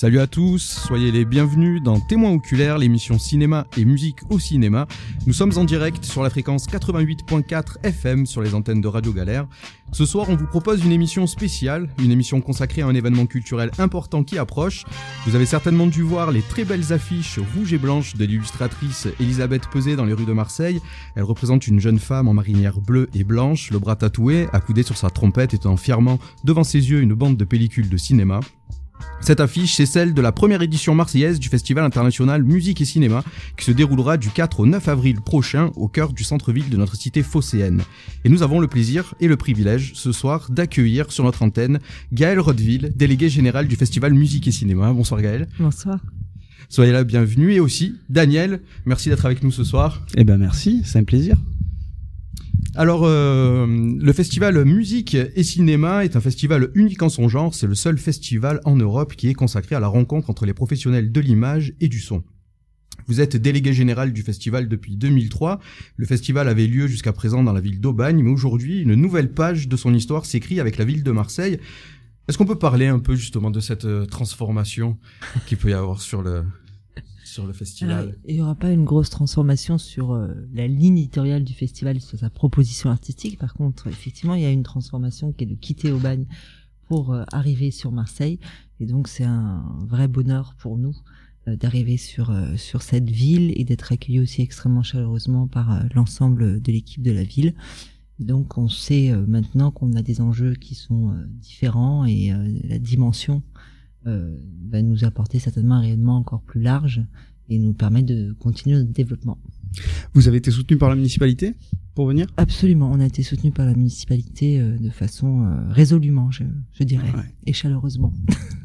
Salut à tous, soyez les bienvenus dans Témoins oculaires, l'émission cinéma et musique au cinéma. Nous sommes en direct sur la fréquence 88.4 FM sur les antennes de Radio Galère. Ce soir, on vous propose une émission spéciale, une émission consacrée à un événement culturel important qui approche. Vous avez certainement dû voir les très belles affiches rouges et blanches de l'illustratrice Elisabeth Peuzet dans les rues de Marseille. Elle représente une jeune femme en marinière bleue et blanche, le bras tatoué, accoudée sur sa trompette et tenant fièrement devant ses yeux une bande de pellicules de cinéma. Cette affiche, c'est celle de la première édition marseillaise du Festival international musique et cinéma qui se déroulera du 4 au 9 avril prochain au cœur du centre-ville de notre cité phocéenne. Et nous avons le plaisir et le privilège ce soir d'accueillir sur notre antenne Gaëlle Rotteville, déléguée générale du Festival musique et cinéma. Bonsoir Gaëlle. Bonsoir. Soyez là, bienvenue. Et aussi Daniel, merci d'être avec nous ce soir. Eh ben merci, c'est un plaisir. Alors, le festival musique et cinéma est un festival unique en son genre. C'est le seul festival en Europe qui est consacré à la rencontre entre les professionnels de l'image et du son. Vous êtes délégué général du festival depuis 2003. Le festival avait lieu jusqu'à présent dans la ville d'Aubagne, mais aujourd'hui, une nouvelle page de son histoire s'écrit avec la ville de Marseille. Est-ce qu'on peut parler un peu justement de cette transformation qu'il peut y avoir sur le festival? Alors, il n'y aura pas une grosse transformation sur la ligne éditoriale du festival, sur sa proposition artistique. Par contre, effectivement, il y a une transformation qui est de quitter Aubagne pour arriver sur Marseille. Et donc, c'est un vrai bonheur pour nous d'arriver sur cette ville et d'être accueillis aussi extrêmement chaleureusement par l'ensemble de l'équipe de la ville. Et donc, on sait maintenant qu'on a des enjeux qui sont différents et la dimension va nous apporter certainement un rayonnement encore plus large et nous permettre de continuer notre développement. Vous avez été soutenu par la municipalité pour venir ? Absolument, on a été soutenu par la municipalité de façon résolument, je dirais, ouais. Et chaleureusement.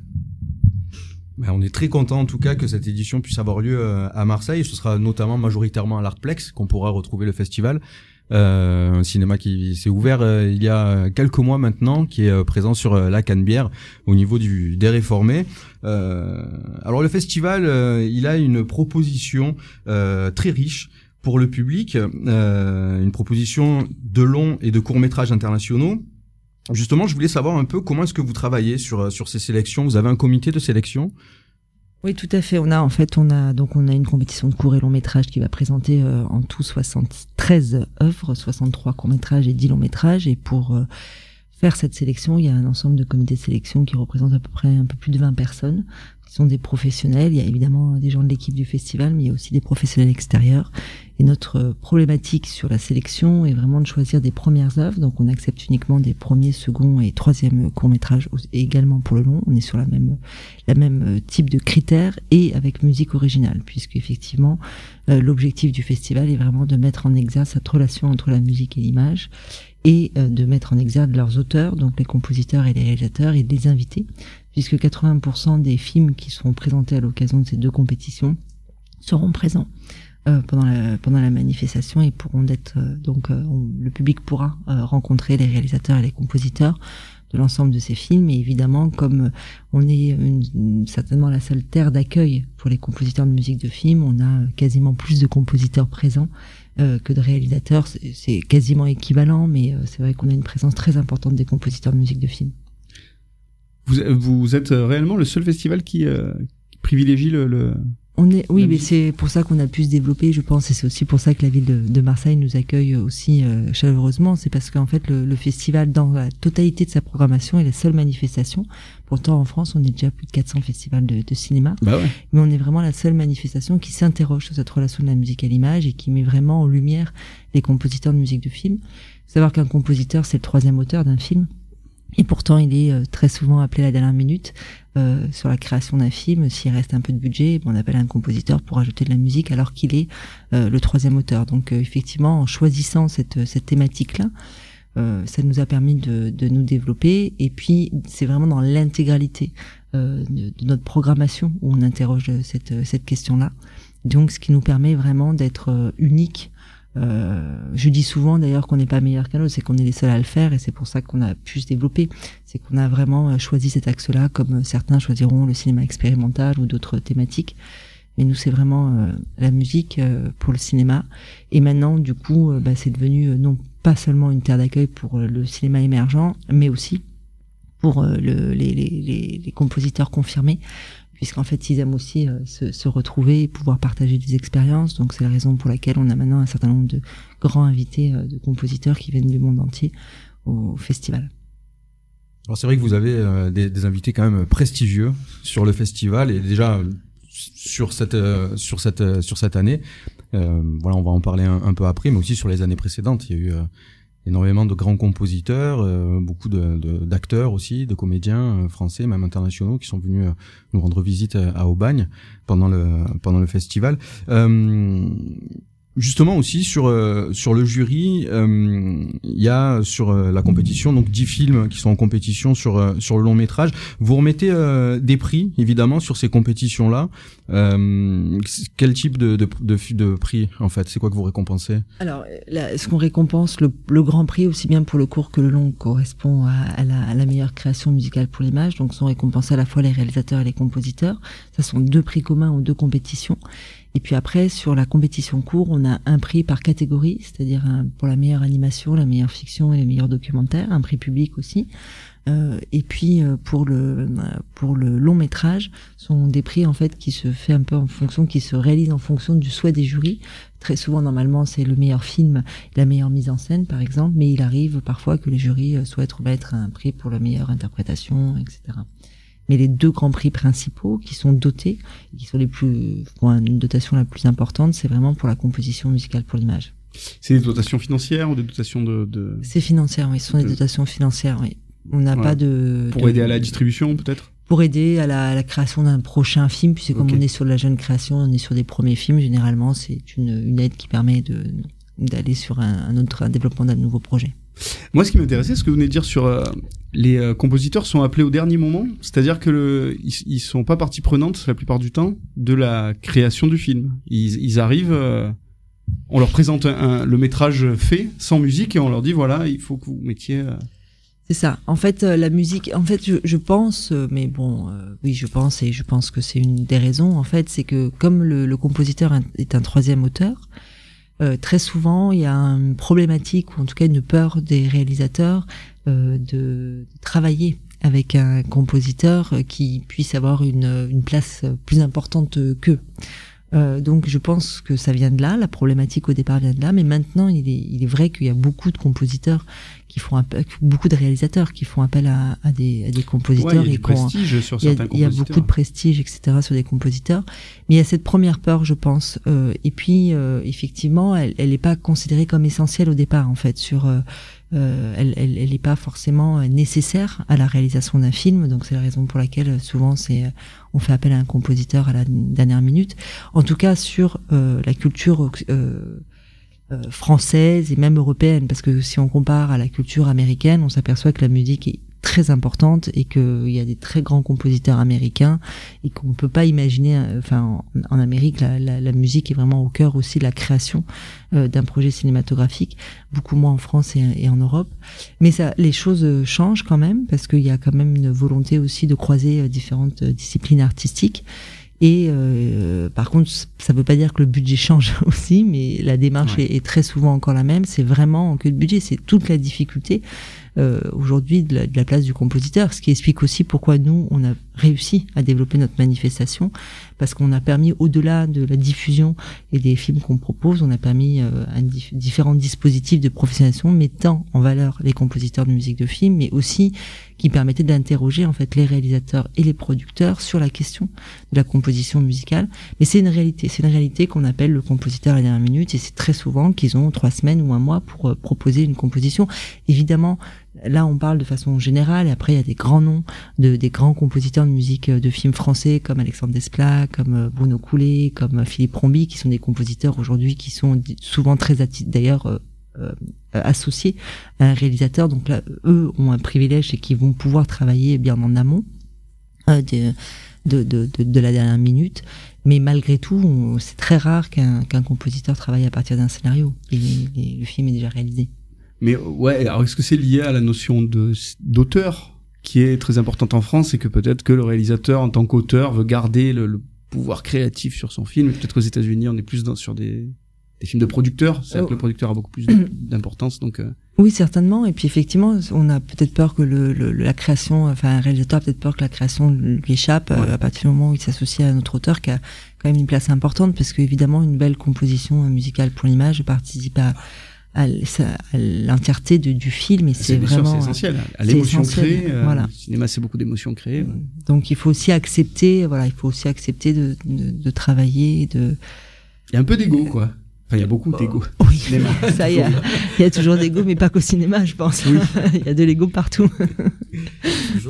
Ben, on est très content en tout cas que cette édition puisse avoir lieu à Marseille. Ce sera notamment majoritairement à l'Artplex qu'on pourra retrouver le festival. Un cinéma qui s'est ouvert il y a quelques mois maintenant, qui est présent sur la Canebière au niveau des Réformés. Alors le festival, il a une proposition très riche pour le public, une proposition de longs et de courts métrages internationaux. Justement, je voulais savoir un peu comment est-ce que vous travaillez sur ces sélections. Vous avez un comité de sélection ? Oui, tout à fait. On a une compétition de courts et longs métrages qui va présenter en tout 73 œuvres, 63 courts métrages et 10 longs métrages. Et pour faire cette sélection, il y a un ensemble de comités de sélection qui représentent à peu près un peu plus de 20 personnes, qui sont des professionnels. Il y a évidemment des gens de l'équipe du festival, mais il y a aussi des professionnels extérieurs. Et notre problématique sur la sélection est vraiment de choisir des premières œuvres. Donc on accepte uniquement des premiers, seconds et troisièmes courts-métrages, et également pour le long. On est sur la même type de critères et avec musique originale, puisque effectivement l'objectif du festival est vraiment de mettre en exergue cette relation entre la musique et l'image et de mettre en exergue leurs auteurs, donc les compositeurs et les réalisateurs, et de les inviter, puisque 80% des films qui seront présentés à l'occasion de ces deux compétitions seront présents pendant la manifestation et pourront être le public pourra rencontrer les réalisateurs et les compositeurs de l'ensemble de ces films. Et évidemment, comme on est certainement la seule terre d'accueil pour les compositeurs de musique de film, on a quasiment plus de compositeurs présents que de réalisateurs. C'est quasiment équivalent, mais c'est vrai qu'on a une présence très importante des compositeurs de musique de film. Vous êtes réellement le seul festival qui privilégie mais c'est pour ça qu'on a pu se développer, je pense, et c'est aussi pour ça que la ville de Marseille nous accueille aussi chaleureusement. C'est parce qu'en fait, le festival, dans la totalité de sa programmation, est la seule manifestation. Pourtant, en France, on est déjà plus de 400 festivals de cinéma. Bah ouais. Mais on est vraiment la seule manifestation qui s'interroge sur cette relation de la musique à l'image et qui met vraiment en lumière les compositeurs de musique de film. Faut savoir qu'un compositeur, c'est le troisième auteur d'un film. Et pourtant, il est très souvent appelé à la dernière minute sur la création d'un film. S'il reste un peu de budget, on appelle un compositeur pour ajouter de la musique alors qu'il est le troisième auteur. Donc effectivement, en choisissant cette thématique-là, ça nous a permis de nous développer. Et puis, c'est vraiment dans l'intégralité de notre programmation où on interroge cette question-là. Donc, ce qui nous permet vraiment d'être unique. Je dis souvent d'ailleurs qu'on n'est pas meilleur qu'un autre, c'est qu'on est les seuls à le faire et c'est pour ça qu'on a pu se développer. C'est qu'on a vraiment choisi cet axe-là, comme certains choisiront le cinéma expérimental ou d'autres thématiques. Mais nous, c'est vraiment la musique pour le cinéma. Et maintenant, du coup, c'est devenu non pas seulement une terre d'accueil pour le cinéma émergent, mais aussi pour les compositeurs confirmés, puisqu'en fait ils aiment aussi se retrouver et pouvoir partager des expériences. Donc c'est la raison pour laquelle on a maintenant un certain nombre de grands invités de compositeurs qui viennent du monde entier au festival. Alors c'est vrai que vous avez des invités quand même prestigieux sur le festival, et déjà sur cette année, voilà, on va en parler un peu après, mais aussi sur les années précédentes. Il y a eu énormément de grands compositeurs, beaucoup d'acteurs aussi, de comédiens français, même internationaux, qui sont venus nous rendre visite à Aubagne pendant le festival. Justement aussi sur le jury, il y a sur la compétition donc 10 films qui sont en compétition sur le long métrage. Vous remettez des prix évidemment sur ces compétitions là. Quel type de prix en fait, c'est quoi que vous récompensez? Alors ce qu'on récompense, le grand prix aussi bien pour le court que le long, correspond à la meilleure création musicale pour l'image. Donc sont récompensés à la fois les réalisateurs et les compositeurs. Ça sont 2 prix communs aux 2 compétitions. Et puis après, sur la compétition court, on a un prix par catégorie, c'est-à-dire pour la meilleure animation, la meilleure fiction et les meilleurs documentaires, un prix public aussi. Et puis pour le long métrage, sont des prix en fait qui se fait un peu en fonction, qui se réalisent en fonction du souhait des jurys. Très souvent, normalement, c'est le meilleur film, la meilleure mise en scène, par exemple, mais il arrive parfois que les jurys souhaitent remettre un prix pour la meilleure interprétation, etc. Mais les 2 grands prix principaux qui sont dotés, qui sont une dotation la plus importante, c'est vraiment pour la composition musicale pour l'image. C'est des dotations financières ou des dotations de... C'est financière, oui. Ce sont des dotations financières, oui. On n'a pas de... Pour aider à la distribution, peut-être? Pour aider à la création d'un prochain film, puisque comme on est sur de la jeune création, on est sur des premiers films, généralement, c'est une aide qui permet d'aller sur un développement d'un nouveau projet. Moi, ce qui m'intéressait, ce que vous venez de dire sur les compositeurs sont appelés au dernier moment, c'est-à-dire que ils sont pas partie prenante la plupart du temps de la création du film. Ils arrivent, on leur présente le métrage fait sans musique et on leur dit voilà, il faut que vous mettiez. C'est ça. En fait, la musique. En fait, je pense, mais bon, oui, je pense que c'est une des raisons. En fait, c'est que comme le compositeur est un 3e auteur. Très souvent, il y a une problématique, ou en tout cas une peur des réalisateurs de travailler avec un compositeur qui puisse avoir une place plus importante qu'eux. Donc je pense que ça vient de là, la problématique au départ vient de là, mais maintenant il est vrai qu'il y a beaucoup de compositeurs qui font beaucoup de réalisateurs qui font appel à des compositeurs. Ouais, il y a du prestige sur certains compositeurs. Il y a beaucoup de prestige, etc. sur des compositeurs. Mais il y a cette première peur, je pense. Et puis, effectivement, elle n'est pas considérée comme essentielle au départ, en fait. Elle n'est pas forcément nécessaire à la réalisation d'un film. Donc, c'est la raison pour laquelle, souvent, on fait appel à un compositeur à la dernière minute. En tout cas, sur la culture française et même européenne, parce que si on compare à la culture américaine, on s'aperçoit que la musique est très importante et qu'il y a des très grands compositeurs américains et qu'on peut pas imaginer, en Amérique, la musique est vraiment au cœur aussi de la création d'un projet cinématographique, beaucoup moins en France et en Europe. Mais les choses changent quand même, parce qu'il y a quand même une volonté aussi de croiser différentes disciplines artistiques. Et par contre, ça veut pas dire que le budget change aussi, mais la démarche est très souvent encore la même. C'est vraiment que le budget, c'est toute la difficulté aujourd'hui de la place du compositeur, ce qui explique aussi pourquoi nous, on a réussi à développer notre manifestation, parce qu'on a permis, au-delà de la diffusion et des films qu'on propose, on a permis différents dispositifs de professionnalisation mettant en valeur les compositeurs de musique de film, mais aussi qui permettaient d'interroger en fait les réalisateurs et les producteurs sur la question de la composition musicale. Mais c'est une réalité qu'on appelle le compositeur à la dernière minute, et c'est très souvent qu'ils ont 3 semaines ou 1 mois pour proposer une composition. Évidemment, là on parle de façon générale, et après il y a des grands noms des grands compositeurs de musique de films français comme Alexandre Desplat, comme Bruno Coulet, comme Philippe Rombi, qui sont des compositeurs aujourd'hui qui sont souvent d'ailleurs associés à un réalisateur. Donc là, eux ont un privilège, c'est qu'ils vont pouvoir travailler bien en amont de la dernière minute. Mais malgré tout, c'est très rare qu'un compositeur travaille à partir d'un scénario. Le film est déjà réalisé. Mais ouais, alors est-ce que c'est lié à la notion d'auteur qui est très importante en France, et que peut-être que le réalisateur en tant qu'auteur veut garder le pouvoir créatif sur son film? Peut-être qu'aux États-Unis on est plus sur des films de producteurs. C'est-à-dire que le producteur a beaucoup plus d'importance, donc. Oui, certainement. Et puis effectivement, on a peut-être peur que la création, enfin un réalisateur a peut-être peur que la création lui échappe à partir du moment où il s'associe à un autre auteur qui a quand même une place importante, parce que évidemment une belle composition musicale pour l'image participe à l'entièreté du film, et c'est vraiment c'est essentiel à l'émotion créée. Voilà. Le cinéma, c'est beaucoup d'émotions créées. Donc il faut aussi accepter, de travailler, Il y a un peu d'ego, quoi. Enfin, il y a beaucoup d'ego. Oui, ça, il y a toujours d'ego, mais pas qu'au cinéma, je pense. Oui. Il y a de l'ego partout. Toujours.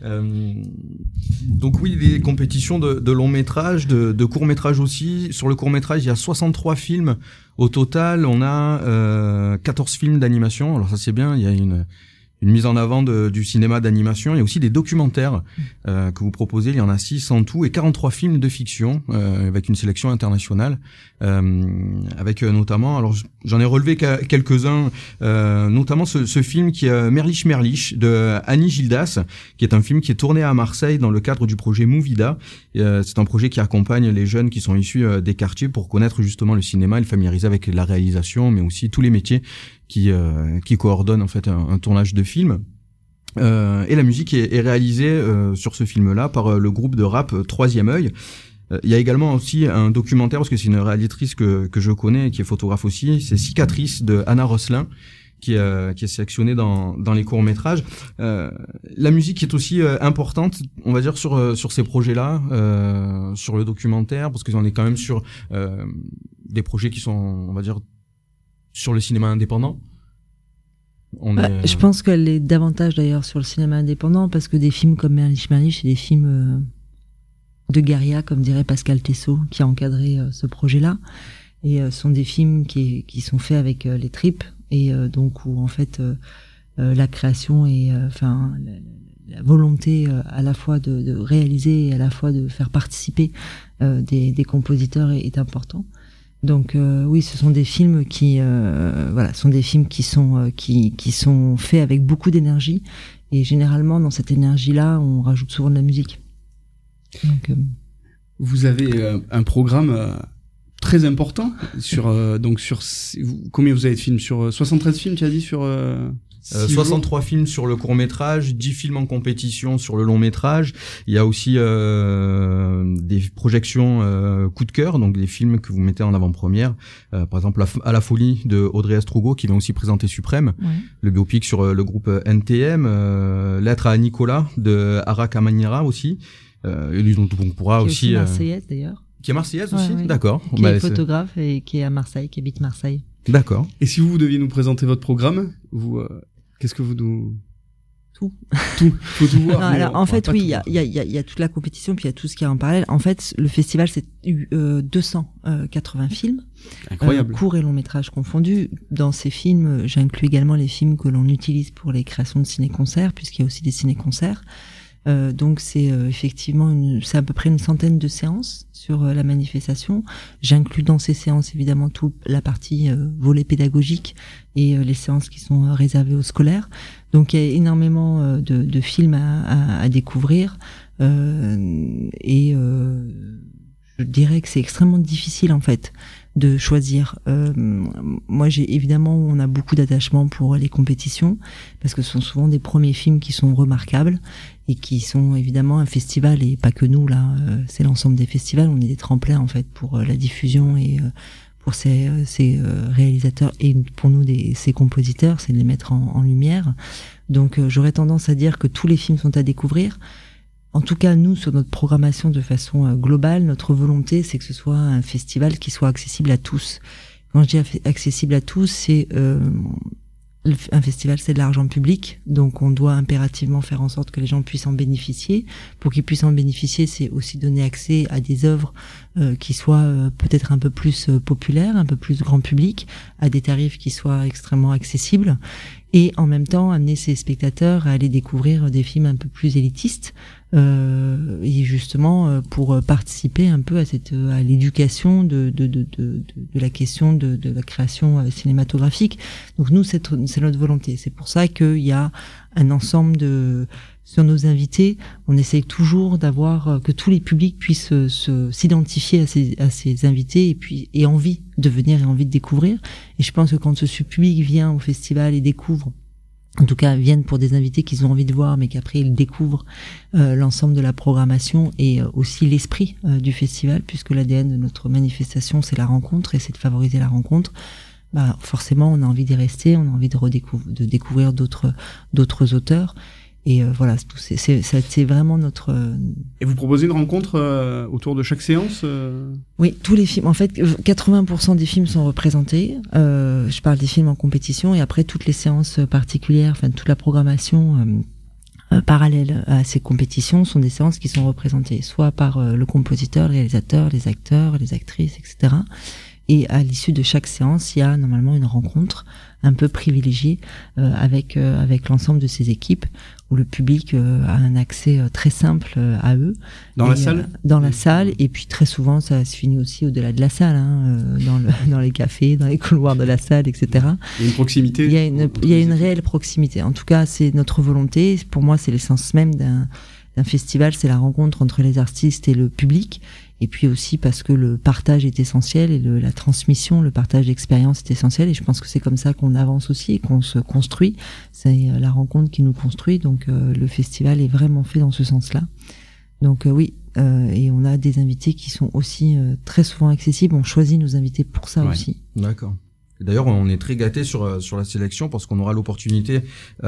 Donc oui, des compétitions de long métrage, de court métrage aussi. Sur le court métrage, il y a 63 films. Au total, on a 14 films d'animation. Alors ça, c'est bien, il y a une mise en avant du cinéma d'animation. Il y a aussi des documentaires que vous proposez. Il y en a 6 en tout, et 43 films de fiction avec une sélection internationale, avec notamment, alors j'en ai relevé quelques-uns, notamment ce film qui est Merlich de Annie Gildas, qui est un film qui est tourné à Marseille dans le cadre du projet Movida. C'est un projet qui accompagne les jeunes qui sont issus des quartiers pour connaître justement le cinéma et le familiariser avec la réalisation, mais aussi tous les métiers qui coordonne en fait un tournage de film. Et la musique est réalisée sur ce film-là par le groupe de rap Troisième Œil. Il y a également aussi un documentaire, parce que c'est une réalisatrice que je connais et qui est photographe aussi, c'est Cicatrice de Anna Rosselin, qui est sélectionnée dans les courts-métrages. La musique est aussi importante, on va dire, sur ces projets-là, sur le documentaire, parce qu'on est quand même sur des projets qui sont, on va dire, sur le cinéma indépendant. Je pense qu'elle est davantage d'ailleurs sur le cinéma indépendant, parce que des films comme Merlich, c'est des films de guérilla, comme dirait Pascal Tessot, qui a encadré ce projet-là, et sont des films qui sont faits avec les tripes, et donc où en fait la création et la volonté à la fois de réaliser et à la fois de faire participer des compositeurs est important. Donc oui, ce sont des films qui sont faits avec beaucoup d'énergie, et généralement dans cette énergie-là, on rajoute souvent de la musique. Donc, vous avez un programme très important sur combien vous avez de films, sur 73 films, tu as dit, sur 63 films sur le court-métrage, 10 films en compétition sur le long-métrage. Il y a aussi des projections coup de cœur, donc des films que vous mettez en avant-première. Par exemple, À la folie de Audrey Astrugo, qui va aussi présenter Suprême, le biopic sur le groupe NTM, Lettre à Nicolas de Ara Kamanira aussi. Et donc on pourra aussi marseillaise d'ailleurs. Qui est marseillaise aussi, d'accord. Qui est photographe et qui est à Marseille, qui habite Marseille. D'accord. Et si vous deviez nous présenter votre programme, vous qu'est-ce que vous nous... Tout. Faut tout voir. Non, alors, en fait, oui, il y a toute la compétition, puis il y a tout ce qui est en parallèle. En fait, le festival, c'est 280 films. Incroyable. Courts et longs métrages confondus. Dans ces films, j'inclus également les films que l'on utilise pour les créations de ciné-concerts, puisqu'il y a aussi des ciné-concerts. Donc c'est effectivement c'est à peu près une centaine de séances sur la manifestation. J'inclus dans ces séances évidemment toute la partie volet pédagogique et les séances qui sont réservées aux scolaires. Donc il y a énormément de films à découvrir, et je dirais que c'est extrêmement difficile en fait de choisir. Moi, on a beaucoup d'attachement pour les compétitions, parce que ce sont souvent des premiers films qui sont remarquables et qui sont évidemment un festival, et pas que nous là, c'est l'ensemble des festivals. On est des tremplins en fait pour la diffusion et pour ces réalisateurs, et pour nous ces compositeurs, c'est de les mettre en lumière. Donc j'aurais tendance à dire que tous les films sont à découvrir. En tout cas, nous, sur notre programmation de façon globale, notre volonté, c'est que ce soit un festival qui soit accessible à tous. Quand je dis accessible à tous, c'est un festival, c'est de l'argent public, donc on doit impérativement faire en sorte que les gens puissent en bénéficier. Pour qu'ils puissent en bénéficier, c'est aussi donner accès à des œuvres qui soient peut-être un peu plus populaires, un peu plus grand public, à des tarifs qui soient extrêmement accessibles, et en même temps amener ces spectateurs à aller découvrir des films un peu plus élitistes, et justement pour participer un peu à l'éducation de la question de la création cinématographique. Donc nous, c'est notre volonté. C'est pour ça qu'il y a un ensemble sur nos invités, on essaye toujours d'avoir que tous les publics puissent s'identifier à ces invités et puis aient envie de venir et envie de découvrir. Et je pense que quand ce public vient au festival et découvre, en tout cas viennent pour des invités qu'ils ont envie de voir, mais qu'après ils découvrent l'ensemble de la programmation et aussi l'esprit du festival, puisque l'ADN de notre manifestation c'est la rencontre et c'est de favoriser la rencontre. Bah forcément on a envie d'y rester, on a envie de découvrir d'autres auteurs. Et voilà, c'est vraiment notre... Et vous proposez une rencontre autour de chaque séance Oui, tous les films. En fait, 80% des films sont représentés. Je parle des films en compétition. Et après, toutes les séances particulières, enfin, toute la programmation parallèle à ces compétitions sont des séances qui sont représentées, soit par le compositeur, le réalisateur, les acteurs, les actrices, etc. Et à l'issue de chaque séance, il y a normalement une rencontre un peu privilégiée avec l'ensemble de ces équipes, où le public a un accès très simple à eux. Dans la salle Dans la salle, et puis très souvent ça se finit aussi au-delà de la salle, dans les cafés, dans les couloirs de la salle, etc. Il y a une proximité. Il y a une réelle proximité. En tout cas, c'est notre volonté. Pour moi, c'est l'essence même d'un festival, c'est la rencontre entre les artistes et le public. Et puis aussi parce que le partage est essentiel et la transmission, le partage d'expérience est essentiel. Et je pense que c'est comme ça qu'on avance aussi et qu'on se construit. C'est la rencontre qui nous construit. Donc le festival est vraiment fait dans ce sens-là. Donc oui, et on a des invités qui sont aussi très souvent accessibles. On choisit nos invités pour ça aussi. D'accord. D'ailleurs, on est très gâtés sur la sélection parce qu'on aura l'opportunité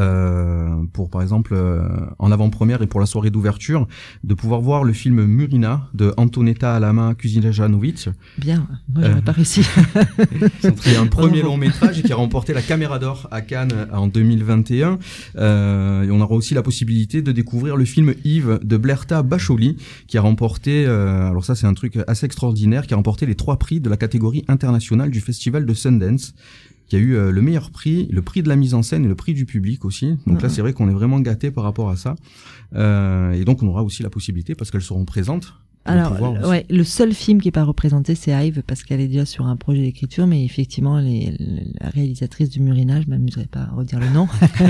pour, par exemple, en avant-première et pour la soirée d'ouverture, de pouvoir voir le film Murina de Antonetta Alama Kuzinajanovic. Bien, moi j'aurais pas réussi. C'est un premier long métrage qui a remporté la Caméra d'Or à Cannes en 2021. Et on aura aussi la possibilité de découvrir le film Yves de Blerta Bacholi qui a remporté, alors ça c'est un truc assez extraordinaire, qui a remporté les 3 prix de la catégorie internationale du festival de Sundance, qui a eu le meilleur prix, le prix de la mise en scène et le prix du public aussi. Donc là, c'est vrai qu'on est vraiment gâtés par rapport à ça. Et donc, on aura aussi la possibilité, parce qu'elles seront présentes. Alors, ouais, le seul film qui est pas représenté, c'est Hive, parce qu'elle est déjà sur un projet d'écriture, mais effectivement, la réalisatrice du Murina, je m'amuserais pas à redire le nom,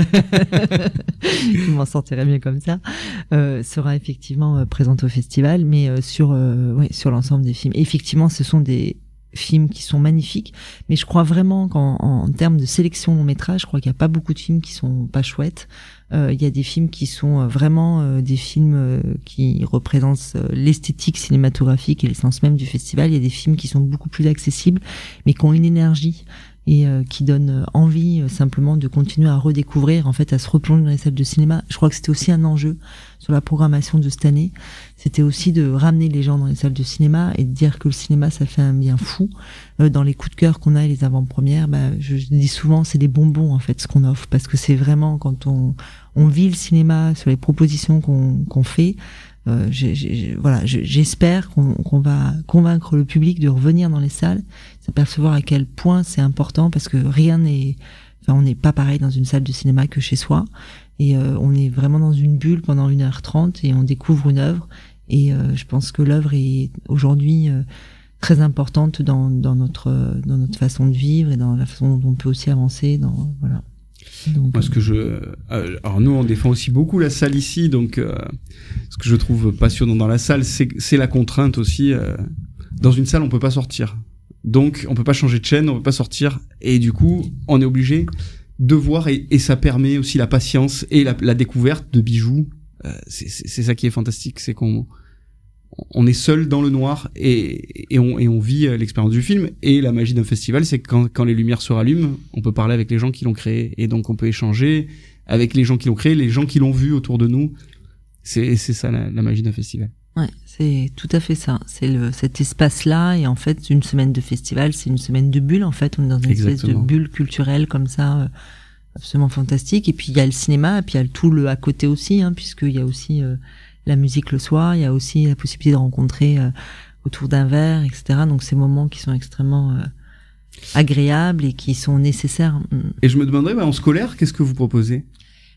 je m'en sortirais mieux comme ça, sera effectivement présente au festival, mais sur l'ensemble des films. Et effectivement, ce sont des films qui sont magnifiques, mais je crois vraiment qu'en termes de sélection long métrage, je crois qu'il n'y a pas beaucoup de films qui sont pas chouettes. Il y a des films qui sont vraiment des films qui représentent l'esthétique cinématographique et l'essence même du festival. Il y a des films qui sont beaucoup plus accessibles, mais qui ont une énergie et qui donnent envie simplement de continuer à redécouvrir, en fait, à se replonger dans les salles de cinéma. Je crois que c'était aussi un enjeu sur la programmation de cette année. C'était aussi de ramener les gens dans les salles de cinéma et de dire que le cinéma, ça fait un bien fou. Dans les coups de cœur qu'on a et les avant-premières, je dis souvent, c'est des bonbons, en fait, ce qu'on offre, parce que c'est vraiment quand on vit le cinéma sur les propositions qu'on fait. J'espère qu'on va convaincre le public de revenir dans les salles, s'apercevoir à quel point c'est important, parce que on n'est pas pareil dans une salle de cinéma que chez soi, et on est vraiment dans une bulle pendant 1h30 et on découvre une œuvre, et je pense que l'œuvre est aujourd'hui très importante dans notre façon de vivre et dans la façon dont on peut aussi avancer voilà. Donc, parce que alors nous on défend aussi beaucoup la salle ici, donc ce que je trouve passionnant dans la salle, c'est la contrainte aussi. Dans une salle on peut pas sortir, donc on peut pas changer de chaîne, on peut pas sortir, et du coup on est obligé de voir, et ça permet aussi la patience et la découverte de bijoux. C'est ça qui est fantastique, c'est qu'on est seul dans le noir et on vit l'expérience du film. Et la magie d'un festival, c'est que quand les lumières se rallument, on peut parler avec les gens qui l'ont créé, et donc on peut échanger avec les gens qui l'ont créé, les gens qui l'ont vu autour de nous. C'est ça la magie d'un festival. Ouais, c'est tout à fait ça. C'est cet espace-là, et en fait, une semaine de festival, c'est une semaine de bulle. En fait, on est dans une espèce de bulle culturelle comme ça, absolument fantastique. Et puis il y a le cinéma, et puis il y a tout le à côté aussi, puisqu'il y a aussi la musique le soir, il y a aussi la possibilité de rencontrer autour d'un verre, etc. Donc ces moments qui sont extrêmement agréables et qui sont nécessaires. Et je me demanderais, en scolaire, qu'est-ce que vous proposez ?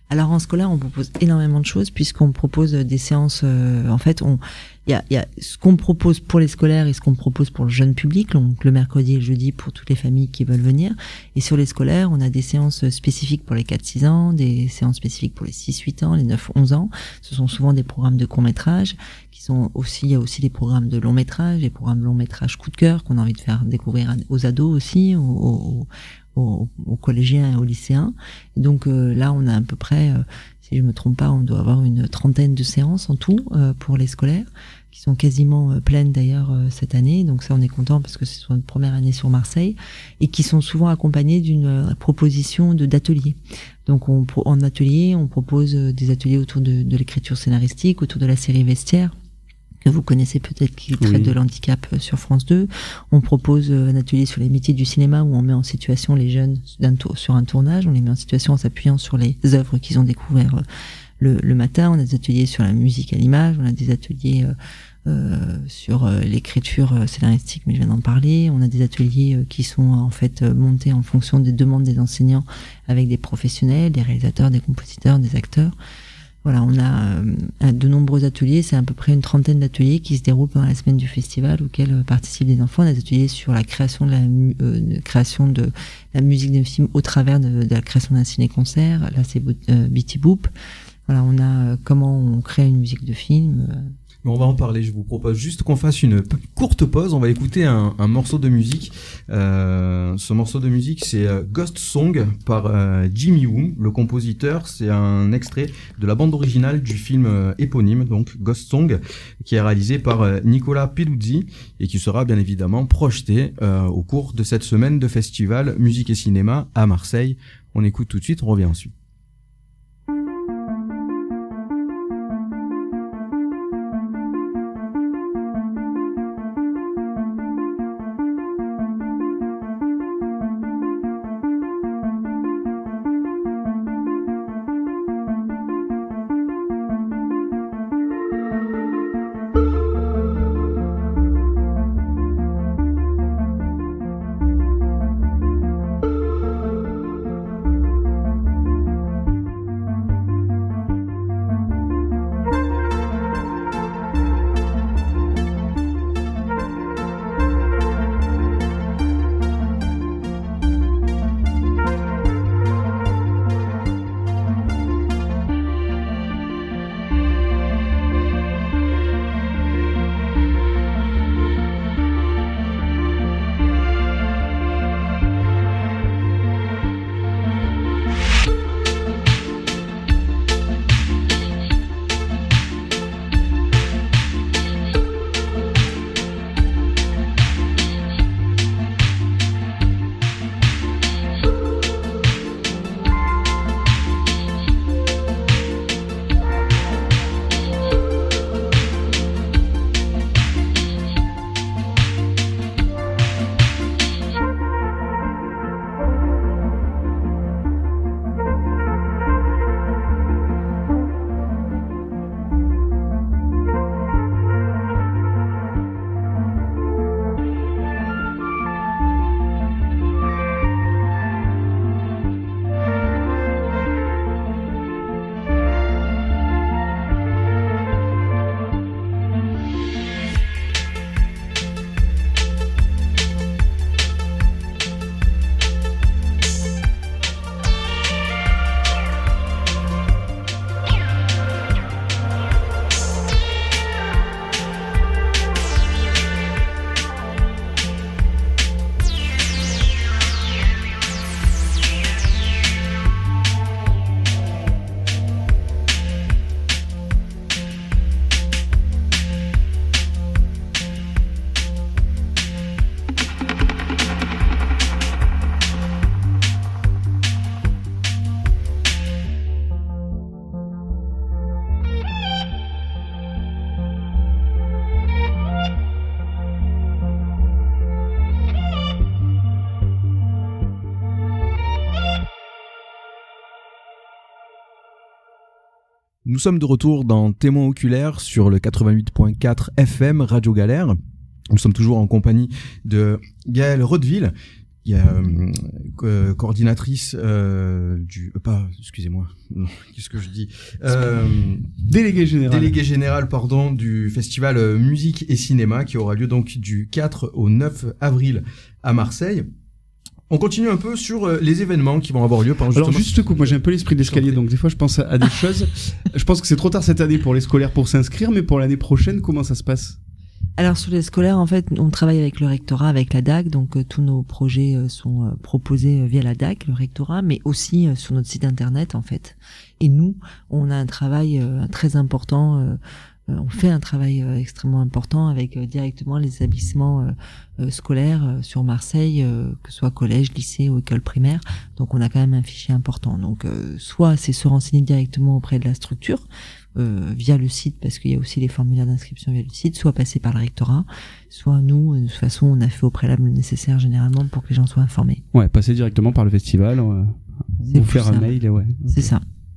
Alors en scolaire, on propose énormément de choses puisqu'on propose des séances. En fait, il y a ce qu'on propose pour les scolaires et ce qu'on propose pour le jeune public, donc le mercredi et le jeudi pour toutes les familles qui veulent venir. Et sur les scolaires, on a des séances spécifiques pour les 4-6 ans, des séances spécifiques pour les 6-8 ans, les 9-11 ans. Ce sont souvent des programmes de court-métrage qui sont aussi, il y a aussi des programmes de long-métrage, des programmes long-métrage coup de cœur qu'on a envie de faire découvrir aux ados aussi, aux collégiens et aux lycéens. Et donc là, on a à peu près, si je me trompe pas, on doit avoir une 30aine de séances en tout pour les scolaires, qui sont quasiment pleines d'ailleurs cette année. Donc ça, on est content parce que c'est notre première année sur Marseille et qui sont souvent accompagnées d'une proposition d'ateliers. Donc en atelier, on propose des ateliers autour de l'écriture scénaristique, autour de la série Vestiaire, que vous connaissez peut-être, qui traite de l'handicap sur France 2. On propose un atelier sur les métiers du cinéma où on met en situation les jeunes sur un tournage. On les met en situation en s'appuyant sur les œuvres qu'ils ont découvertes le matin. On a des ateliers sur la musique à l'image. On a des ateliers sur l'écriture scénaristique, mais je viens d'en parler. On a des ateliers qui sont en fait montés en fonction des demandes des enseignants avec des professionnels, des réalisateurs, des compositeurs, des acteurs. Voilà, on a de nombreux ateliers, c'est à peu près une 30aine d'ateliers qui se déroulent pendant la semaine du festival auxquels participent des enfants. On a des ateliers sur la création de la musique d'un film au travers de la création d'un ciné-concert. Là, c'est Beatty Boop. Voilà, on a comment on crée une musique de film. On va en parler. Je vous propose juste qu'on fasse une courte pause. On va écouter un morceau de musique. Ce morceau de musique, c'est Ghost Song par Jimmy Woo. Le compositeur, c'est un extrait de la bande originale du film éponyme, donc Ghost Song, qui est réalisé par Nicolas Peluzzi et qui sera bien évidemment projeté au cours de cette semaine de festival musique et cinéma à Marseille. On écoute tout de suite, on revient ensuite. Nous sommes de retour dans Témoins oculaires sur le 88.4 FM Radio Galère. Nous sommes toujours en compagnie de Gaël Rodeville il y a coordinatrice excusez-moi, non, qu'est-ce que je dis, délégué général pardon, du festival musique et cinéma qui aura lieu donc du 4 au 9 avril à Marseille. On continue un peu sur les événements qui vont avoir lieu pendant Alors juste coupe, moi j'ai un peu l'esprit d'escalier, donc des fois je pense à des choses. Je pense que c'est trop tard cette année pour les scolaires pour s'inscrire, mais pour l'année prochaine, comment ça se passe ? Alors sur les scolaires, en fait, on travaille avec le rectorat, avec la DAC, donc tous nos projets sont proposés via la DAC, le rectorat, mais aussi sur notre site internet en fait. Et nous, on a un travail très important, on fait un travail extrêmement important avec directement les établissements scolaires sur Marseille, que ce soit collège, lycée ou école primaire. Donc on a quand même un fichier important. Donc soit c'est se renseigner directement auprès de la structure, via le site, parce qu'il y a aussi les formulaires d'inscription via le site, soit passer par le rectorat, soit nous, de toute façon, on a fait au préalable le nécessaire généralement pour que les gens soient informés. Ouais, passer directement par le festival, ou faire un mail, ouais. C'est ça.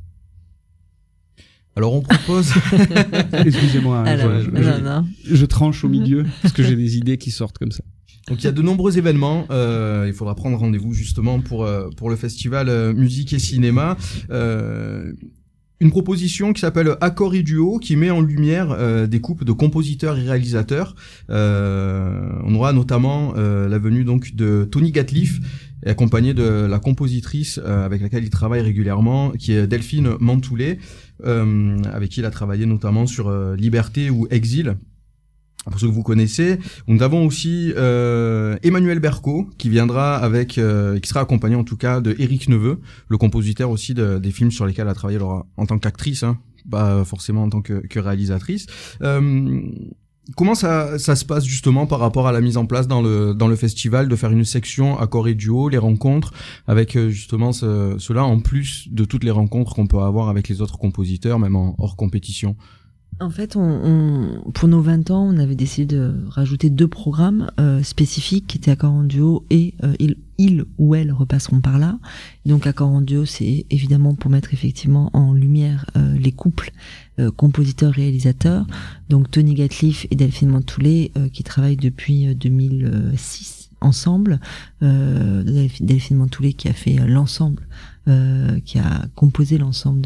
Alors on propose... Excusez-moi, je tranche au milieu, parce que j'ai des idées qui sortent comme ça. Donc il y a de nombreux événements, il faudra prendre rendez-vous justement pour le festival musique et cinéma. Une proposition qui s'appelle Accords et Duo, qui met en lumière des couples de compositeurs et réalisateurs. On aura notamment la venue donc de Tony Gatliff, accompagné de la compositrice avec laquelle il travaille régulièrement, qui est Delphine Mantoulet, avec qui il a travaillé notamment sur Liberté ou Exil, pour ceux que vous connaissez. Nous avons aussi Emmanuel Berco qui viendra qui sera accompagné en tout cas de Éric Neveu, le compositeur aussi des films sur lesquels elle a travaillé en tant qu'actrice, hein, pas forcément en tant que réalisatrice. Comment ça se passe justement par rapport à la mise en place dans le festival, de faire une section accords et duo, les rencontres avec justement cela en plus de toutes les rencontres qu'on peut avoir avec les autres compositeurs, même hors compétition? En fait, pour nos 20 ans, on avait décidé de rajouter 2 programmes spécifiques qui étaient accords en duo et ils ou elles repasseront par là. Donc accords en duo, c'est évidemment pour mettre effectivement en lumière les couples compositeurs-réalisateurs. Donc Tony Gatliff et Delphine Mantoulet qui travaillent depuis 2006 ensemble. Delphine Mantoulet qui a fait l'ensemble, qui a composé l'ensemble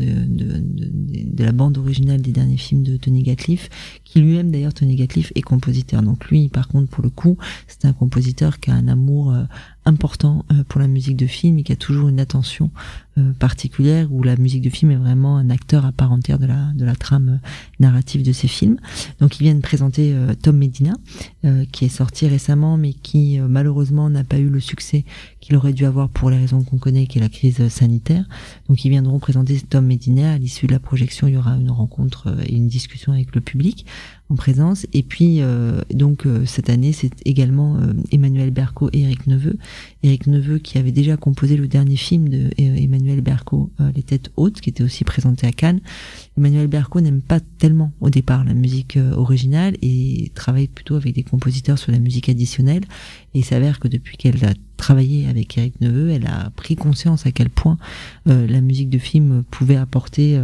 de la bande originale des derniers films de Tony Gatliff, qui lui-même d'ailleurs, Tony Gatliff, est compositeur. Donc lui, par contre, pour le coup, c'est un compositeur qui a un amour important pour la musique de film et qui a toujours une attention particulière, où la musique de film est vraiment un acteur à part entière de la trame narrative de ses films. Donc ils viennent présenter Tom Medina, qui est sorti récemment mais qui malheureusement n'a pas eu le succès qu'il aurait dû avoir pour les raisons qu'on connaît, qui est la crise sanitaire. Donc ils viendront présenter Tom Medina. À l'issue de la projection, il y aura une rencontre et une discussion avec le public en présence. Et puis donc cette année, c'est également Emmanuel Berco et Éric Neveu. Éric Neveu qui avait déjà composé le dernier film de Emmanuel Berco, Les Têtes Hautes, qui était aussi présenté à Cannes. Emmanuel Berco n'aime pas tellement au départ la musique originale et travaille plutôt avec des compositeurs sur la musique additionnelle. Et il s'avère que depuis qu'elle a travaillé avec Éric Neveu, elle a pris conscience à quel point la musique de film pouvait apporter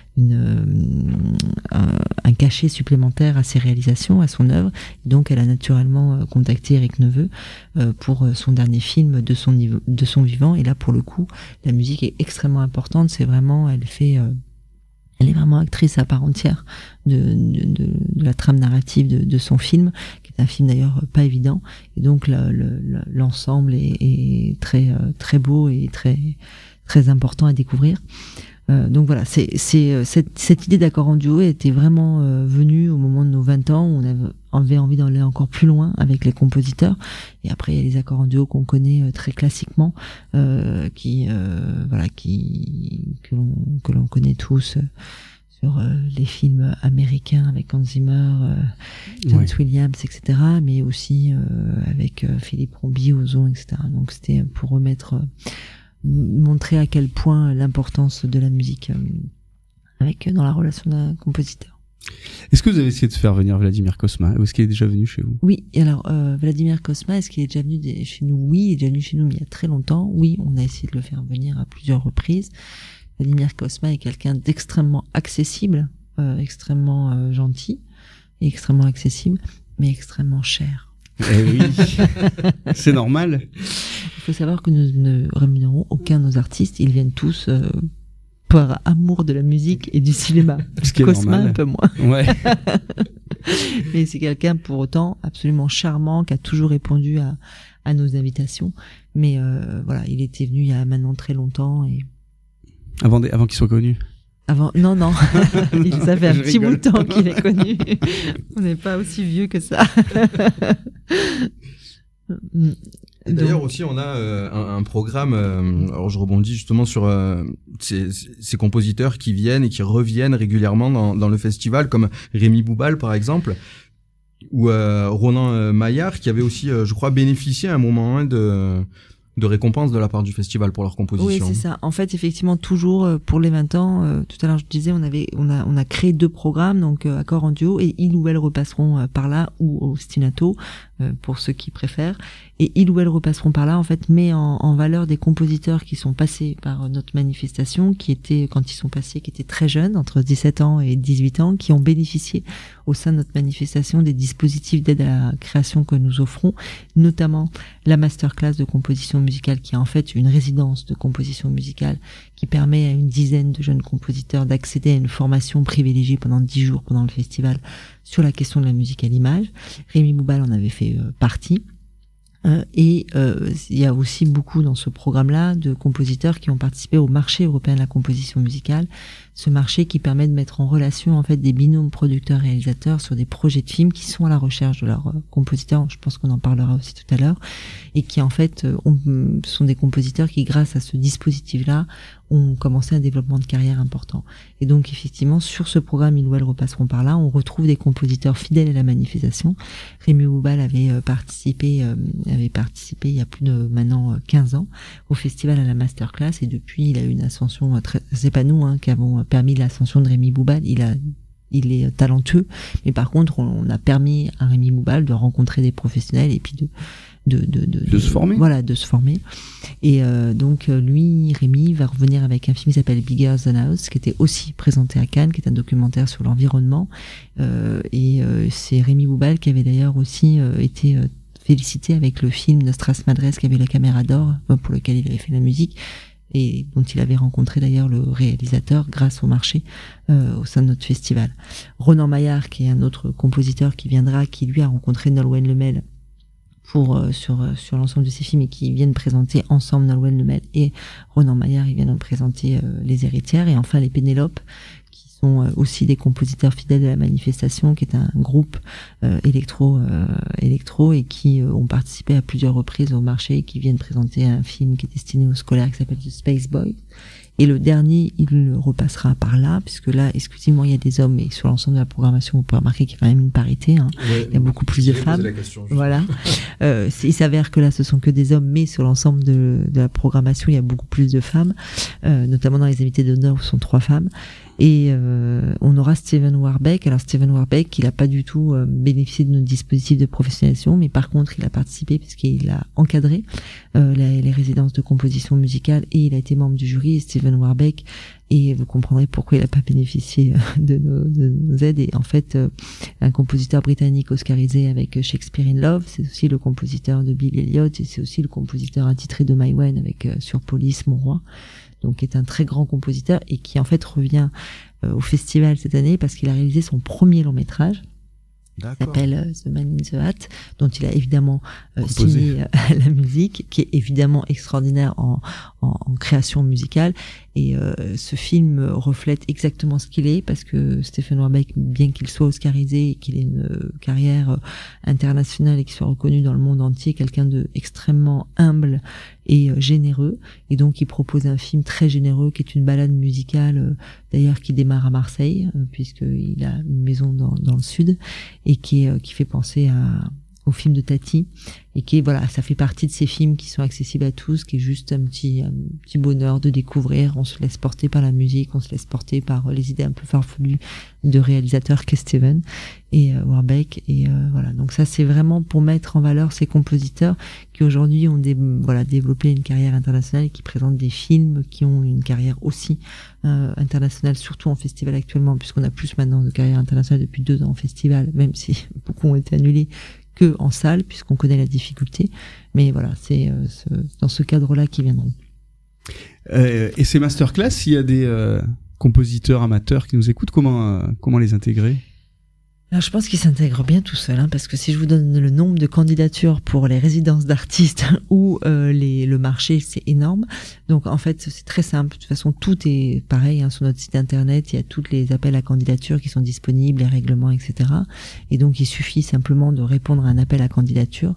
un cachet supplémentaire à ses réalisations, à son œuvre. Et donc elle a naturellement contacté Éric Neveu pour son dernier film de son vivant. Et là pour le coup, la musique est extrêmement importante. C'est vraiment, elle est vraiment actrice à part entière de la trame narrative de son film, qui est un film d'ailleurs pas évident. Et donc l'ensemble est très très beau et très très important à découvrir. Donc voilà, cette idée d'accord en duo était vraiment venue au moment de nos 20 ans, où on avait envie d'aller encore plus loin avec les compositeurs. Et après il y a les accords en duo qu'on connaît très classiquement, que l'on connaît tous sur les films américains avec Hans Zimmer, John Williams, etc. Mais aussi avec Philippe Rombie, Ozon, etc. Donc c'était pour montrer à quel point l'importance de la musique dans la relation d'un compositeur. Est-ce que vous avez essayé de faire venir Vladimir Cosma, ou est-ce qu'il est déjà venu chez vous? Oui, alors Vladimir Cosma, est-ce qu'il est déjà venu chez nous? Oui, il est déjà venu chez nous, mais il y a très longtemps. Oui, on a essayé de le faire venir à plusieurs reprises. Vladimir Cosma est quelqu'un d'extrêmement accessible, extrêmement gentil, et extrêmement accessible, mais extrêmement cher. Eh oui, c'est normal. faut savoir que nous ne rémunérons aucun de nos artistes. Ils viennent tous par amour de la musique et du cinéma. Cosma un peu moins. Ouais. Mais c'est quelqu'un pour autant absolument charmant qui a toujours répondu à nos invitations. Mais voilà, il était venu il y a maintenant très longtemps et avant qu'il soit connu. Non, ça fait un petit bout de temps qu'il est connu. On n'est pas aussi vieux que ça. D'ailleurs aussi on a un programme, alors je rebondis justement sur ces compositeurs qui viennent et qui reviennent régulièrement dans le festival, comme Rémi Boubal par exemple, ou Ronan Maillard qui avait aussi je crois bénéficié à un moment de récompenses de la part du festival pour leur composition. Oui, c'est ça. En fait, effectivement, toujours pour les 20 ans, tout à l'heure je disais, on a créé 2 programmes, donc Accord en duo et Ils ou Elles repasseront par là, ou Ostinato, pour ceux qui préfèrent. Et Ils ou Elles repasseront par là, en fait, met en valeur des compositeurs qui sont passés par notre manifestation, qui étaient, quand ils sont passés, qui étaient très jeunes, entre 17 ans et 18 ans, qui ont bénéficié au sein de notre manifestation des dispositifs d'aide à la création que nous offrons, notamment la masterclass de composition musicale, qui est en fait une résidence de composition musicale qui permet à une dizaine de jeunes compositeurs d'accéder à une formation privilégiée pendant 10 jours pendant le festival sur la question de la musique à l'image. Rémi Boubal en avait fait partie. Et il y a aussi beaucoup dans ce programme-là de compositeurs qui ont participé au marché européen de la composition musicale, ce marché qui permet de mettre en relation en fait des binômes producteurs-réalisateurs sur des projets de films qui sont à la recherche de leurs compositeurs. Je pense qu'on en parlera aussi tout à l'heure, et qui en fait sont des compositeurs qui, grâce à ce dispositif-là, ont commencé un développement de carrière important. Et donc effectivement, sur ce programme Ils ou Elles repasseront par là, on retrouve des compositeurs fidèles à la manifestation. Rémi Boubal avait participé il y a plus de maintenant 15 ans au festival à la masterclass, et depuis il a eu une ascension c'est pas nous qui avons permis l'ascension de Rémi Boubal, il est talentueux, mais par contre on a permis à Rémi Boubal de rencontrer des professionnels et puis de se former. Voilà, de se former. Et donc lui, Rémi, va revenir avec un film qui s'appelle Bigger Than House, qui était aussi présenté à Cannes, qui est un documentaire sur l'environnement. C'est Rémi Boubal qui avait d'ailleurs aussi été félicité avec le film Nostras Madres, qui avait la caméra d'or, pour lequel il avait fait la musique, et dont il avait rencontré d'ailleurs le réalisateur grâce au marché au sein de notre festival. Ronan Maillard, qui est un autre compositeur qui viendra, qui lui a rencontré Nolwenn Lemel sur l'ensemble de ses films, et qui viennent présenter ensemble Nolwenn Lemel et Ronan Maillard, ils viennent présenter Les Héritières, et enfin les Pénélope, qui sont aussi des compositeurs fidèles de la manifestation, qui est un groupe électro et qui ont participé à plusieurs reprises au marché, et qui viennent présenter un film qui est destiné aux scolaires qui s'appelle The Space Boy. Et le dernier, il repassera par là, puisque là, exclusivement, il y a des hommes, et sur l'ensemble de la programmation, vous pouvez remarquer qu'il y a quand même une parité, Ouais, il y a beaucoup plus de femmes. Voilà. Il s'avère que là, ce sont que des hommes, mais sur l'ensemble de la programmation, il y a beaucoup plus de femmes, notamment dans les invités d'honneur où sont 3 femmes. Et on aura Steven Warbeck. Alors Steven Warbeck, il n'a pas du tout bénéficié de notre dispositif de professionnalisation, mais par contre il a participé puisqu'il a encadré les résidences de composition musicale, et il a été membre du jury. Et Steven Warbeck, et vous comprendrez pourquoi il n'a pas bénéficié de nos aides, et en fait un compositeur britannique oscarisé avec Shakespeare in Love, c'est aussi le compositeur de Billy Elliot, et c'est aussi le compositeur attitré de Maïwenn avec sur Police, Mon Roi. Donc qui est un très grand compositeur, et qui en fait revient au festival cette année parce qu'il a réalisé son premier long métrage. Qui s'appelle The Man in the Hat, dont il a évidemment signé la musique, qui est évidemment extraordinaire en création musicale. Et ce film reflète exactement ce qu'il est, parce que Stephen Warbeck, bien qu'il soit oscarisé et qu'il ait une carrière internationale et qu'il soit reconnu dans le monde entier, quelqu'un de extrêmement humble et généreux, et donc il propose un film très généreux qui est une balade musicale d'ailleurs qui démarre à Marseille, puisqu'il a une maison dans le sud, et qui fait penser au film de Tati, et qui est, voilà, ça fait partie de ces films qui sont accessibles à tous, qui est juste un petit bonheur de découvrir. On se laisse porter par la musique, on se laisse porter par les idées un peu farfelues de réalisateurs qu'est Steven et Warbeck, et voilà. Donc ça, c'est vraiment pour mettre en valeur ces compositeurs qui aujourd'hui ont développé une carrière internationale, et qui présentent des films qui ont une carrière aussi internationale, surtout en festival actuellement, puisqu'on a plus maintenant de carrière internationale depuis 2 ans en festival, même si beaucoup ont été annulés, que en salle, puisqu'on connaît la difficulté. Mais voilà, c'est dans ce cadre-là qu'ils viendront. Et ces masterclass, s'il y a des compositeurs amateurs qui nous écoutent, comment les intégrer ? Alors, je pense qu'ils s'intègrent bien tout seuls, parce que si je vous donne le nombre de candidatures pour les résidences d'artistes ou le marché, c'est énorme. Donc en fait, c'est très simple. De toute façon, tout est pareil sur notre site internet. Il y a tous les appels à candidature qui sont disponibles, les règlements, etc. Et donc il suffit simplement de répondre à un appel à candidature.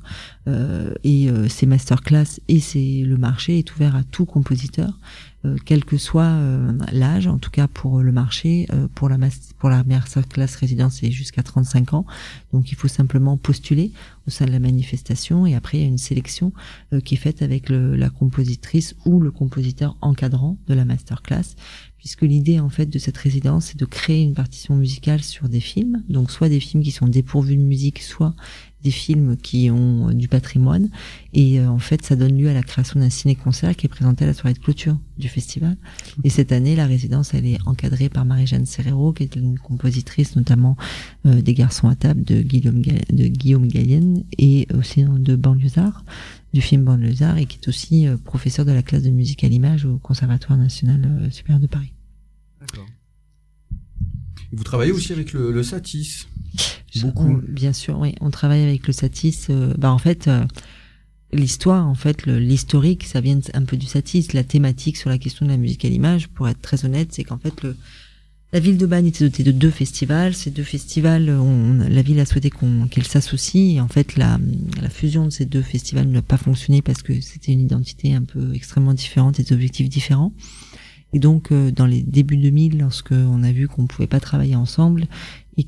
Ces masterclass et le marché est ouvert à tout compositeur. Quel que soit l'âge, en tout cas pour le marché, pour la masterclass résidence, c'est jusqu'à 35 ans. Donc il faut simplement postuler au sein de la manifestation et après il y a une sélection qui est faite avec la compositrice ou le compositeur encadrant de la masterclass, puisque l'idée en fait de cette résidence c'est de créer une partition musicale sur des films, donc soit des films qui sont dépourvus de musique, soit des films qui ont du patrimoine, et en fait ça donne lieu à la création d'un ciné-concert qui est présenté à la soirée de clôture du festival. Et cette année la résidence elle est encadrée par Marie-Jeanne Serrero, qui est une compositrice notamment des Garçons à table de Guillaume Gallienne, et aussi de Banlieusard, du film Banlieusard, et qui est aussi professeur de la classe de musique à l'image au Conservatoire national supérieur de Paris. D'accord. Et vous travaillez aussi avec le Satis. Beaucoup. Bien sûr, oui. On travaille avec le Satis. En fait, l'histoire, l'historique, ça vient un peu du Satis. La thématique sur la question de la musique à l'image, pour être très honnête, c'est qu'en fait, la ville de Bannes était dotée de 2 festivals. Ces 2 festivals, la ville a souhaité qu'ils s'associent. Et en fait, la fusion de ces 2 festivals n'a pas fonctionné parce que c'était une identité un peu extrêmement différente et des objectifs différents. Et donc, dans les débuts 2000, lorsqu'on a vu qu'on pouvait pas travailler ensemble et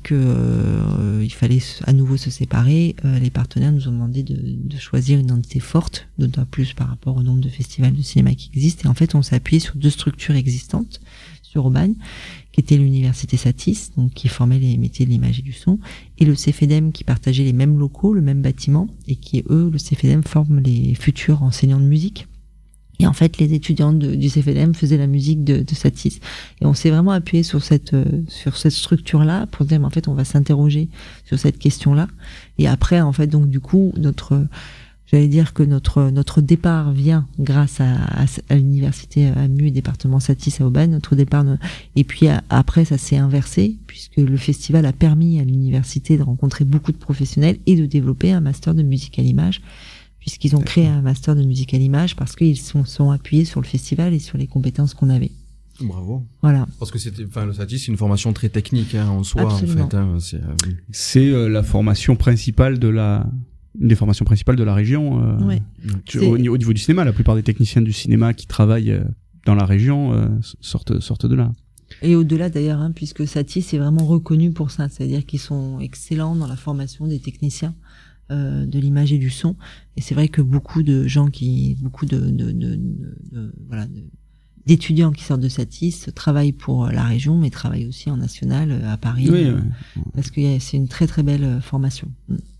que il fallait à nouveau se séparer, les partenaires nous ont demandé de choisir une identité forte, d'autant plus par rapport au nombre de festivals de cinéma qui existent. Et en fait, on s'est appuyé sur 2 structures existantes sur Aubagne, qui était l'université Satis, donc qui formait les métiers de l'image et du son, et le CFEDEM qui partageait les mêmes locaux, le même bâtiment, et qui, le CFEDEM forme les futurs enseignants de musique. Et en fait, les étudiants du CFEDEM faisaient la musique de Satis. Et on s'est vraiment appuyé sur cette structure-là pour dire, mais en fait, on va s'interroger sur cette question-là. Et après, en fait, donc, du coup, j'allais dire que notre départ vient grâce à l'université AMU et département Satis à Aubagne, notre départ, et puis après, ça s'est inversé, puisque le festival a permis à l'université de rencontrer beaucoup de professionnels et de développer un master de musique à l'image, puisqu'ils ont créé un master de musique à l'image parce qu'ils sont appuyés sur le festival et sur les compétences qu'on avait. Bravo. Voilà. Parce que le Satis, c'est une formation très technique en soi. Absolument. En fait. C'est la formation principale une des formations principales de la région. Ouais. Au niveau du cinéma, la plupart des techniciens du cinéma qui travaillent dans la région sortent de là. Et au-delà d'ailleurs, puisque Satis est vraiment reconnu pour ça, c'est-à-dire qu'ils sont excellents dans la formation des techniciens de l'image et du son. Et c'est vrai que beaucoup de gens d'étudiants qui sortent de Satis travaillent pour la région, mais travaillent aussi en national à Paris, oui. Parce que c'est une très très belle formation.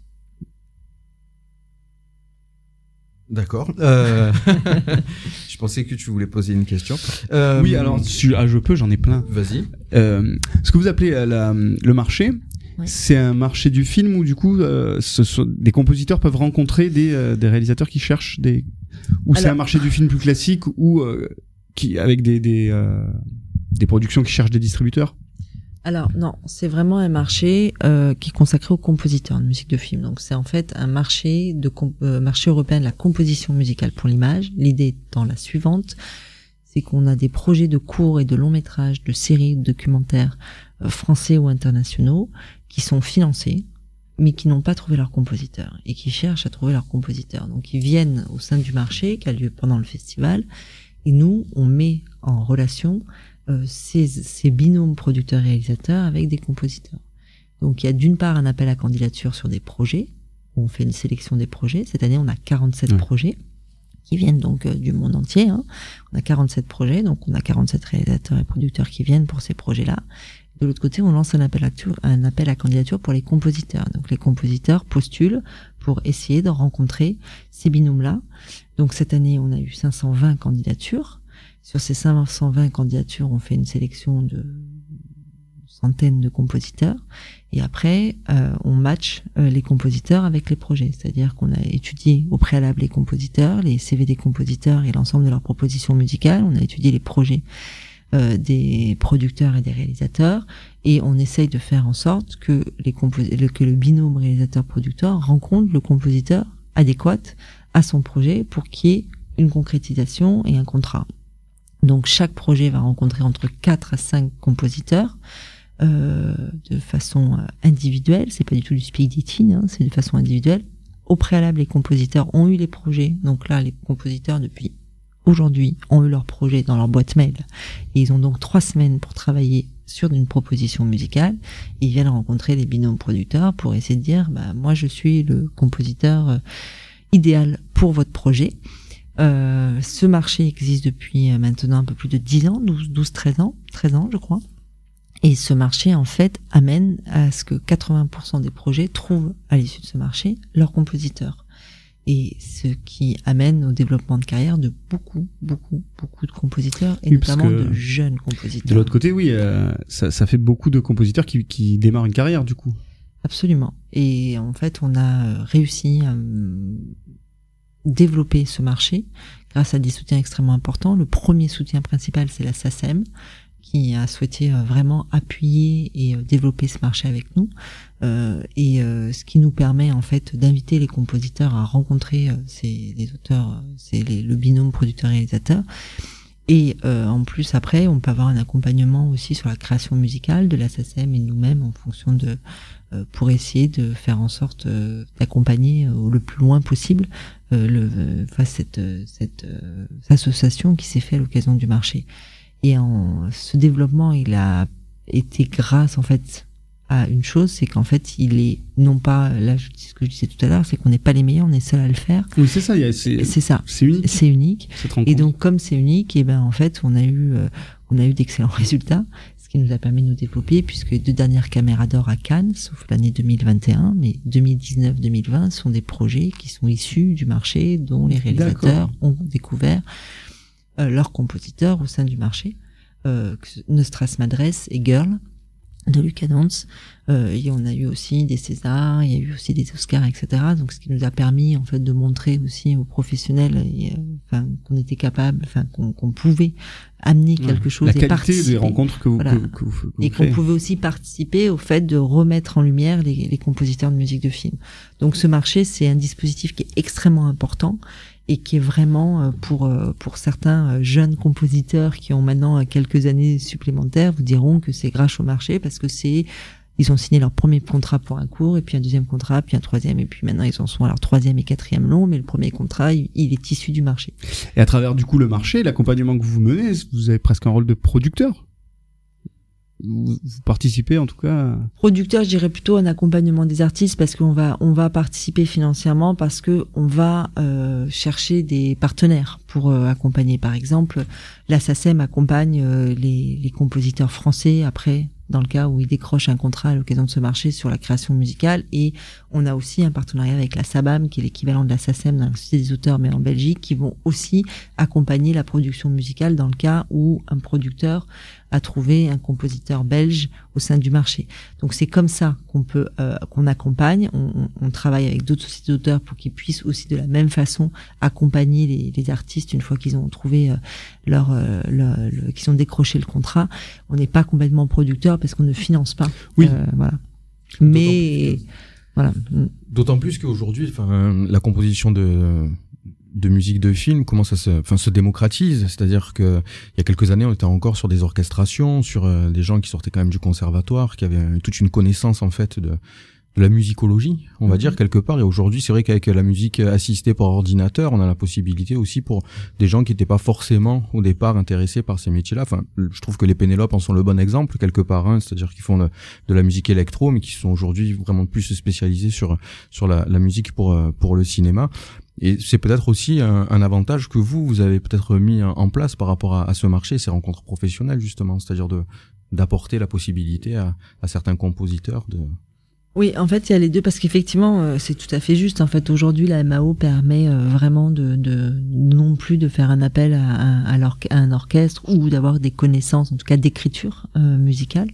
D'accord. Je pensais que tu voulais poser une question. Oui, alors j'en ai plein. Vas-y. Ce que vous appelez le marché, ouais. C'est un marché du film où du coup des compositeurs peuvent rencontrer des réalisateurs qui cherchent c'est un marché du film plus classique ou avec des productions qui cherchent des distributeurs. Alors non, c'est vraiment un marché qui est consacré aux compositeurs de musique de film. Donc c'est en fait un marché marché européen de la composition musicale pour l'image. L'idée étant la suivante, c'est qu'on a des projets de courts et de longs métrages, de séries, de documentaires français ou internationaux qui sont financés, mais qui n'ont pas trouvé leur compositeur et qui cherchent à trouver leur compositeur. Donc ils viennent au sein du marché qui a lieu pendant le festival et nous on met en relation ces binômes producteurs-réalisateurs avec des compositeurs. Donc il y a d'une part un appel à candidature sur des projets, où on fait une sélection des projets. Cette année on a 47 projets qui viennent donc du monde entier. On a 47 projets, donc on a 47 réalisateurs et producteurs qui viennent pour ces projets-là. De l'autre côté, on lance un appel à candidature pour les compositeurs. Donc les compositeurs postulent pour essayer de rencontrer ces binômes-là. Donc cette année, on a eu 520 candidatures. Sur ces 520 candidatures, on fait une sélection de centaines de compositeurs. Et après, on match les compositeurs avec les projets. C'est-à-dire qu'on a étudié au préalable les compositeurs, les CV des compositeurs et l'ensemble de leurs propositions musicales. On a étudié les projets des producteurs et des réalisateurs. Et on essaye de faire en sorte que que le binôme réalisateur-producteur rencontre le compositeur adéquat à son projet pour qu'il y ait une concrétisation et un contrat. Donc chaque projet va rencontrer entre 4 à 5 compositeurs de façon individuelle, c'est pas du tout du speed dating, hein, c'est de façon individuelle. Au préalable, les compositeurs ont eu les projets, donc là les compositeurs depuis aujourd'hui ont eu leurs projets dans leur boîte mail et ils ont donc 3 semaines pour travailler sur une proposition musicale et ils viennent rencontrer les binômes producteurs pour essayer de dire moi je suis le compositeur idéal pour votre projet. Ce marché existe depuis maintenant un peu plus de 10 ans, 13 ans je crois. Et ce marché, en fait, amène à ce que 80% des projets trouvent, à l'issue de ce marché, leur compositeur. Et ce qui amène au développement de carrière de beaucoup de compositeurs, et notamment de jeunes compositeurs. De l'autre côté, oui, ça fait beaucoup de compositeurs qui démarrent une carrière, du coup. Absolument. Et en fait, on a réussi à développer ce marché grâce à des soutiens extrêmement importants. Le premier soutien principal, c'est la SACEM, qui a souhaité vraiment appuyer et développer ce marché avec nous, ce qui nous permet en fait d'inviter les compositeurs à rencontrer les auteurs, le binôme producteur-réalisateur. Et en plus après, on peut avoir un accompagnement aussi sur la création musicale de la SACEM et nous-mêmes en fonction de pour essayer de faire en sorte d'accompagner le plus loin possible cette association qui s'est faite à l'occasion du marché. Et ce développement, il a été grâce en fait à une chose, c'est qu'en fait, il est non pas là, ce que je disais tout à l'heure, c'est qu'on n'est pas les meilleurs, on est seul à le faire. Oui, c'est ça. C'est ça. C'est unique. C'est unique. Et donc, comme c'est unique, et en fait, on a eu d'excellents résultats, ce qui nous a permis de nous développer, puisque les 2 dernières Caméras d'Or à Cannes, sauf l'année 2021, mais 2019-2020, sont des projets qui sont issus du marché, dont les réalisateurs ont découvert leurs compositeurs au sein du marché, Nostras Madres et Girl de Lucas Dance. Et on a eu aussi des Césars, il y a eu aussi des Oscars, etc. Donc ce qui nous a permis en fait de montrer aussi aux professionnels qu'on était capable, qu'on pouvait amener quelque chose et participer. La qualité des rencontres que vous et qu'on pouvait aussi participer au fait de remettre en lumière les compositeurs de musique de film. Donc ce marché, c'est un dispositif qui est extrêmement important et qui est vraiment pour certains jeunes compositeurs qui ont maintenant quelques années supplémentaires vous diront que c'est grâce au marché parce que ils ont signé leur premier contrat pour un court et puis un deuxième contrat puis un troisième et puis maintenant ils en sont à leur 3e et 4e long, mais le premier contrat il est issu du marché. Et à travers du coup le marché, l'accompagnement que vous menez, vous avez presque un rôle de producteur. Vous participez en tout cas. Producteur, je dirais plutôt un accompagnement des artistes parce qu'on va participer financièrement parce que on va chercher des partenaires pour accompagner. Par exemple, la SACEM accompagne les compositeurs français après dans le cas où ils décrochent un contrat à l'occasion de ce marché sur la création musicale, et on a aussi un partenariat avec la SABAM qui est l'équivalent de la SACEM dans la Société des auteurs mais en Belgique, qui vont aussi accompagner la production musicale dans le cas où un producteur a trouvé un compositeur belge au sein du marché. Donc c'est comme ça qu'on accompagne, on travaille avec d'autres sociétés d'auteurs pour qu'ils puissent aussi de la même façon accompagner les artistes une fois qu'ils ont trouvé qu'ils ont décroché le contrat. On n'est pas complètement producteur parce qu'on ne finance pas. Oui. Voilà. Mais voilà. D'autant plus qu'aujourd'hui, la composition de musique de film commence à se démocratise, c'est-à-dire que il y a quelques années on était encore sur des orchestrations, sur des gens qui sortaient quand même du conservatoire, qui avaient toute une connaissance en fait de la musicologie, on va dire quelque part. Et aujourd'hui, c'est vrai qu'avec la musique assistée par ordinateur, on a la possibilité aussi pour des gens qui n'étaient pas forcément au départ intéressés par ces métiers-là. Je trouve que les Pénélope en sont le bon exemple quelque part, hein, c'est-à-dire qu'ils font de la musique électro, mais qui sont aujourd'hui vraiment plus spécialisés sur la musique pour le cinéma. Et c'est peut-être aussi un avantage que vous avez peut-être mis en place par rapport à ce marché, ces rencontres professionnelles justement, c'est-à-dire d'apporter la possibilité à certains compositeurs de... Oui, en fait, il y a les deux parce qu'effectivement, c'est tout à fait juste. En fait, aujourd'hui, la MAO permet vraiment de non plus de faire un appel à un orchestre ou d'avoir des connaissances, en tout cas d'écriture musicale.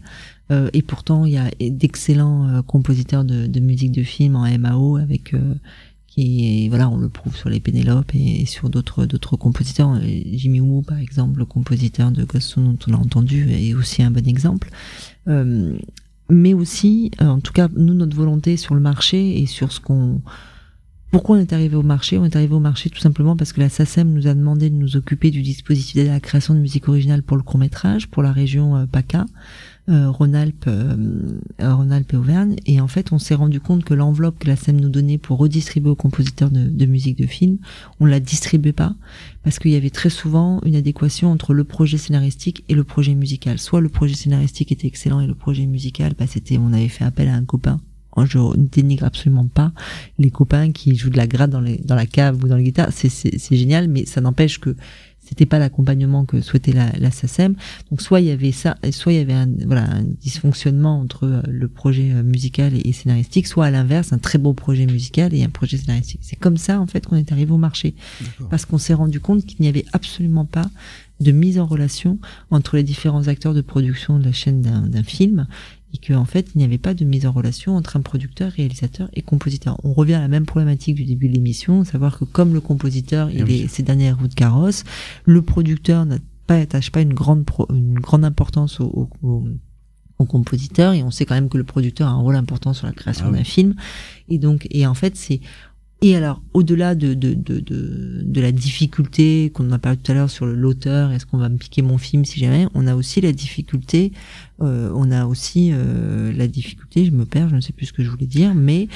Et pourtant, il y a d'excellents compositeurs de musique de film en MAO avec qui, voilà, on le prouve sur les Pénélope et sur d'autres compositeurs. Jimmy Woo, par exemple, le compositeur de Ghost Sound dont on a entendu, est aussi un bon exemple. Mais aussi, en tout cas, nous, notre volonté sur le marché et sur pourquoi on est arrivé au marché? On est arrivé au marché tout simplement parce que la SACEM nous a demandé de nous occuper du dispositif d'aide à la création de musique originale pour le court-métrage, pour la région PACA, Rhône-Alpes et Auvergne. Et en fait, on s'est rendu compte que l'enveloppe que la SACEM nous donnait pour redistribuer aux compositeurs de musique de film, on la distribuait pas parce qu'il y avait très souvent une adéquation entre le projet scénaristique et le projet musical. Soit le projet scénaristique était excellent et le projet musical, on avait fait appel à un copain. Je ne dénigre absolument pas les copains qui jouent de la gratte dans la cave ou dans les guitares. C'est génial, mais ça n'empêche que c'était pas l'accompagnement que souhaitait la SACEM. Donc soit il y avait ça, soit il y avait un dysfonctionnement entre le projet musical et scénaristique, soit à l'inverse, un très beau projet musical et un projet scénaristique. C'est comme ça en fait qu'on est arrivé au marché. D'accord. Parce qu'on s'est rendu compte qu'il n'y avait absolument pas de mise en relation entre les différents acteurs de production de la chaîne d'un film. Et qu'en fait, il n'y avait pas de mise en relation entre un producteur, réalisateur et compositeur. On revient à la même problématique du début de l'émission, savoir que comme le compositeur, il est ses dernières roues de carrosse, le producteur n'attache pas une grande importance au compositeur, et on sait quand même que le producteur a un rôle important sur la création d'un film. Et en fait, et alors, au-delà de la difficulté qu'on a parlé tout à l'heure sur l'auteur, est-ce qu'on va me piquer mon film si jamais, on a aussi la difficulté, je me perds, je ne sais plus ce que je voulais dire, mais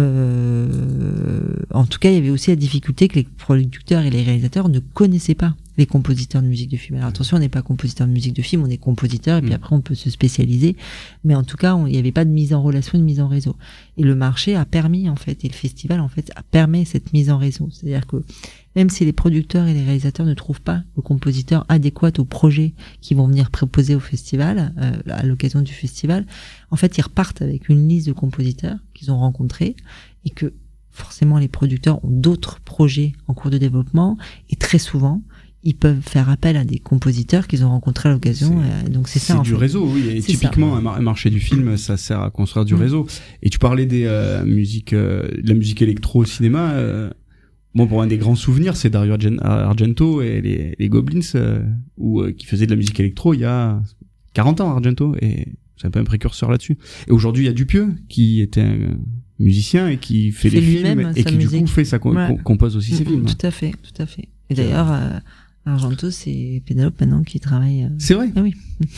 en tout cas, il y avait aussi la difficulté que les producteurs et les réalisateurs ne connaissaient pas les compositeurs de musique de film. Alors attention, on n'est pas compositeur de musique de film, on est compositeur, et puis après on peut se spécialiser, mais en tout cas, il n'y avait pas de mise en relation, de mise en réseau. Et le marché a permis, en fait, et le festival, en fait, permet cette mise en réseau. C'est-à-dire que même si les producteurs et les réalisateurs ne trouvent pas le compositeur adéquat au projet qu'ils vont venir proposer au festival, à l'occasion du festival, en fait, ils repartent avec une liste de compositeurs qu'ils ont rencontrés, et que forcément les producteurs ont d'autres projets en cours de développement, et très souvent, ils peuvent faire appel à des compositeurs qu'ils ont rencontrés à l'occasion. Donc c'est ça. C'est du réseau, oui. Et typiquement, un marché du film, ça sert à construire du réseau. Et tu parlais de la musique électro au cinéma. Bon, pour un des grands souvenirs, c'est Dario Argento et les Goblins, qui faisaient de la musique électro il y a 40 ans, Argento, et c'est un peu un précurseur là-dessus. Et aujourd'hui, il y a Dupieux, qui était un musicien et qui fait des films, et qui du coup compose aussi ses films. Tout à fait. Et d'ailleurs, Argento, c'est Pénélope maintenant qui travaille. C'est vrai? Ah oui.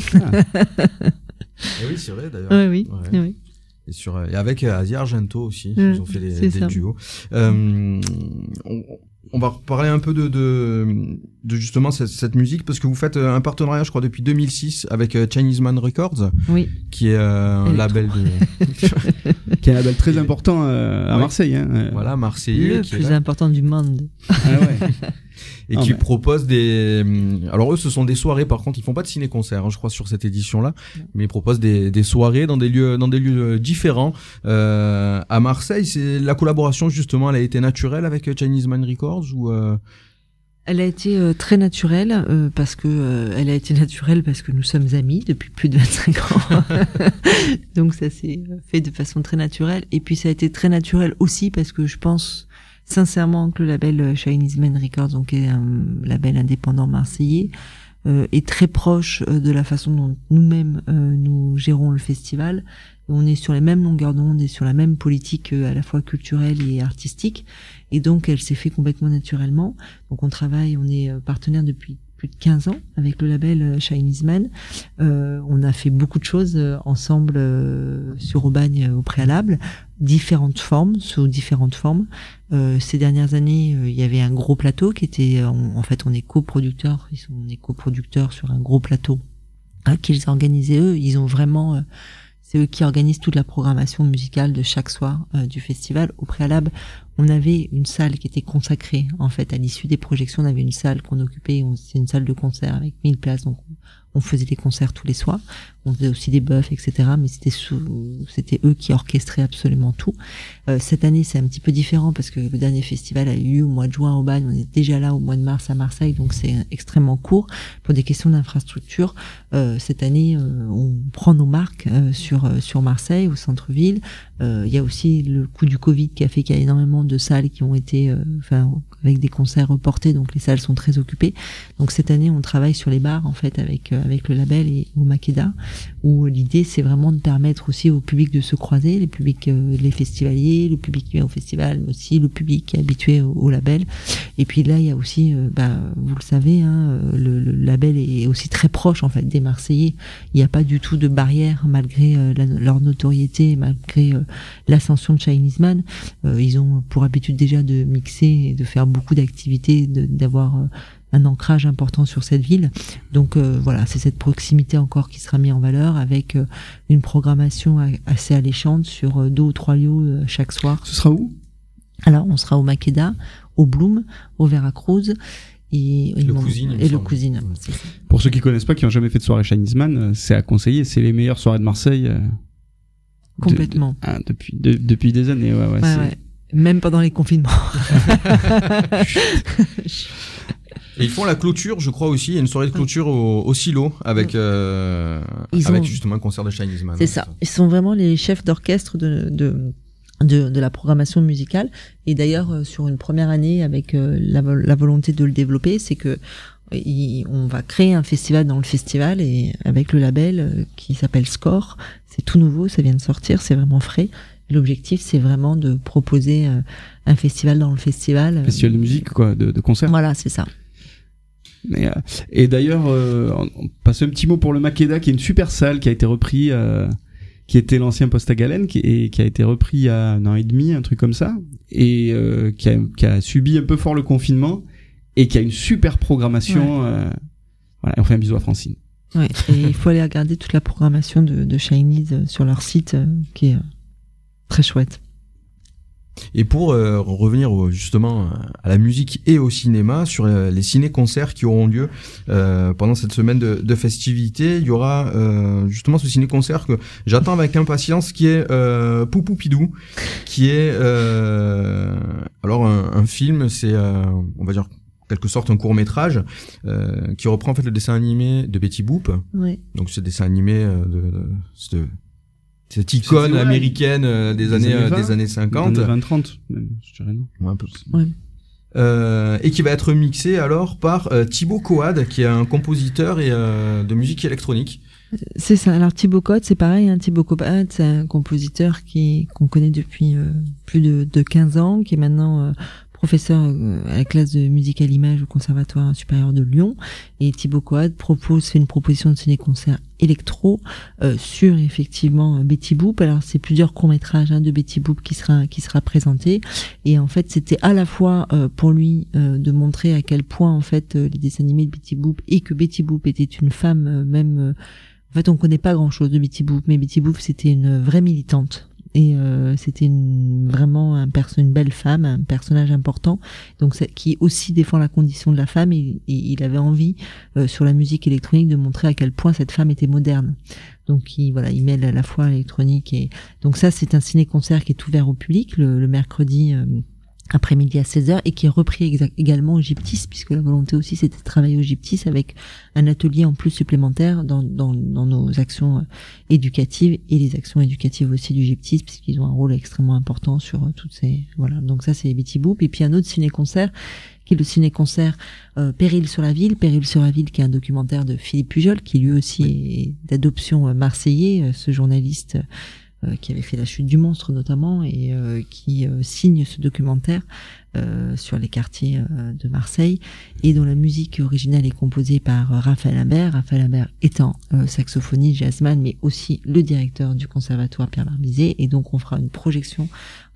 Et oui, c'est vrai d'ailleurs. Oui. Et avec Asia Argento aussi, ils ont fait des duos. On va reparler un peu de justement cette musique, parce que vous faites un partenariat, je crois, depuis 2006 avec Chinese Man Records, qui est un label qui est un label très important à Marseille. Voilà, marseillais. Le plus important du monde. Ah ouais. Et qui propose alors eux, ce sont des soirées, par contre, ils font pas de ciné-concert, je crois, sur cette édition-là, mais ils proposent des soirées dans des lieux différents. À Marseille, c'est la collaboration, justement, elle a été naturelle avec Chinese Man Records ou Elle a été très naturelle parce que nous sommes amis depuis plus de 25 ans. Donc ça s'est fait de façon très naturelle, et puis ça a été très naturel aussi parce que je pense sincèrement que le label Chinese Man Records, donc est un label indépendant marseillais, est très proche de la façon dont nous-mêmes nous gérons le festival. On est sur les mêmes longueurs d'onde et sur la même politique à la fois culturelle et artistique, et donc elle s'est fait complètement naturellement. Donc on est partenaire depuis plus de 15 ans avec le label Chinese Man. On a fait beaucoup de choses ensemble sur Aubagne au préalable, sous différentes formes. Ces dernières années, il y avait un gros plateau qui était, en fait, on est coproducteurs sur un gros plateau qu'ils organisaient eux. Ils ont vraiment, c'est eux qui organisent toute la programmation musicale de chaque soir du festival. Au préalable, on avait une salle qui était consacrée, en fait, à l'issue des projections. On avait une salle qu'on occupait, c'est une salle de concert avec 1000 places. Donc, on faisait des concerts tous les soirs. On faisait aussi des buffs, etc. Mais c'était eux qui orchestraient absolument tout. Cette année, c'est un petit peu différent parce que le dernier festival a eu lieu au mois de juin au Bagne. On est déjà là au mois de mars à Marseille, donc c'est extrêmement court. Pour des questions d'infrastructure, cette année, on prend nos marques sur Marseille, au centre-ville. Il y a aussi le coup du Covid qui a fait qu'il y a énormément de salles qui ont été, avec des concerts reportés, donc les salles sont très occupées. Donc cette année, on travaille sur les bars en fait avec le label et au Makeda, où l'idée c'est vraiment de permettre aussi au public de se croiser, les publics, les festivaliers, le public qui vient au festival, mais aussi le public qui est habitué au label. Et puis là, il y a aussi, vous le savez, le label est aussi très proche en fait des Marseillais. Il n'y a pas du tout de barrière malgré leur notoriété, malgré l'ascension de Chinese Man. Ils ont pour habitude déjà de mixer et de faire beaucoup d'activités, d'avoir un ancrage important sur cette ville. Donc voilà, c'est cette proximité encore qui sera mise en valeur avec une programmation assez alléchante sur 2 ou 3 lieux chaque soir. Ce sera où ? Alors, on sera au Makeda, au Bloom, au Veracruz et le Cousine. Pour ceux qui connaissent pas, qui n'ont jamais fait de soirée Chinese Man, c'est à conseiller. C'est les meilleures soirées de Marseille. Complètement. Depuis des années, ouais. Même pendant les confinements. Et ils font la clôture, je crois aussi. Il y a une soirée de clôture au Silo avec justement un concert de Chinese Man. C'est ça. Ils sont vraiment les chefs d'orchestre de la programmation musicale. Et d'ailleurs, sur une première année, avec la volonté de le développer, c'est que on va créer un festival dans le festival et avec le label qui s'appelle Score. C'est tout nouveau, ça vient de sortir, c'est vraiment frais. L'objectif, c'est vraiment de proposer un festival dans le festival. Festival de musique, quoi, de concert. Voilà, c'est ça. Et d'ailleurs, on passe un petit mot pour le Makeda, qui est une super salle qui a été repris, qui était l'ancien Poste à Galène, qui a été repris il y a 1 an et demi, un truc comme ça, et qui a subi un peu fort le confinement, et qui a une super programmation. Voilà, on fait un bisou à Francine. Ouais, et il faut aller regarder toute la programmation de Chinese sur leur site, qui est très chouette. Et pour revenir justement à la musique et au cinéma, sur les ciné-concerts qui auront lieu pendant cette semaine de festivités, il y aura justement ce ciné-concert que j'attends avec impatience, qui est Poupou Pidou, qui est alors un film, c'est on va dire quelque sorte un court-métrage qui reprend en fait le dessin animé de Betty Boop. Oui. Donc ce dessin animé de cette icône américaine des années 50. Des années 20-30, même, je dirais non. Ouais, un peu plus. Ouais. Et qui va être mixé alors par Thibaut Coad, qui est un compositeur et de musique électronique. C'est ça. Alors Thibaut Coad, c'est pareil, Thibaut Coad, c'est un compositeur qu'on connaît depuis plus de 15 ans, qui est maintenant professeur à la classe de musique à l'image au Conservatoire supérieur de Lyon. Et Thibaut Coad fait une proposition de ciné-concert électro sur effectivement Betty Boop. Alors c'est plusieurs courts-métrages de Betty Boop qui sera présenté. Et en fait, c'était à la fois pour lui de montrer à quel point en fait les dessins animés de Betty Boop, et que Betty Boop était une femme en fait, on connaît pas grand-chose de Betty Boop, mais Betty Boop, c'était une vraie militante. Et c'était vraiment une belle femme, un personnage important, donc qui aussi défend la condition de la femme. Et il avait envie sur la musique électronique de montrer à quel point cette femme était moderne. Donc il mêle à la fois l'électronique et donc ça, c'est un ciné-concert qui est ouvert au public le mercredi après-midi à 16h, et qui est repris également au Gyptis, puisque la volonté aussi c'était de travailler au Gyptis avec un atelier en plus supplémentaire dans nos actions éducatives et les actions éducatives aussi du Gyptis, puisqu'ils ont un rôle extrêmement important sur toutes ces... Voilà, donc ça c'est Betty Boop. Et puis un autre ciné-concert qui est le ciné-concert Péril sur la ville, qui est un documentaire de Philippe Pujol, qui lui aussi est d'adoption marseillais, ce journaliste qui avait fait La chute du monstre notamment, et qui signe ce documentaire sur les quartiers de Marseille, et dont la musique originale est composée par Raphaël Imbert étant saxophoniste, jazzman, mais aussi le directeur du conservatoire Pierre Barbizet. Et donc on fera une projection en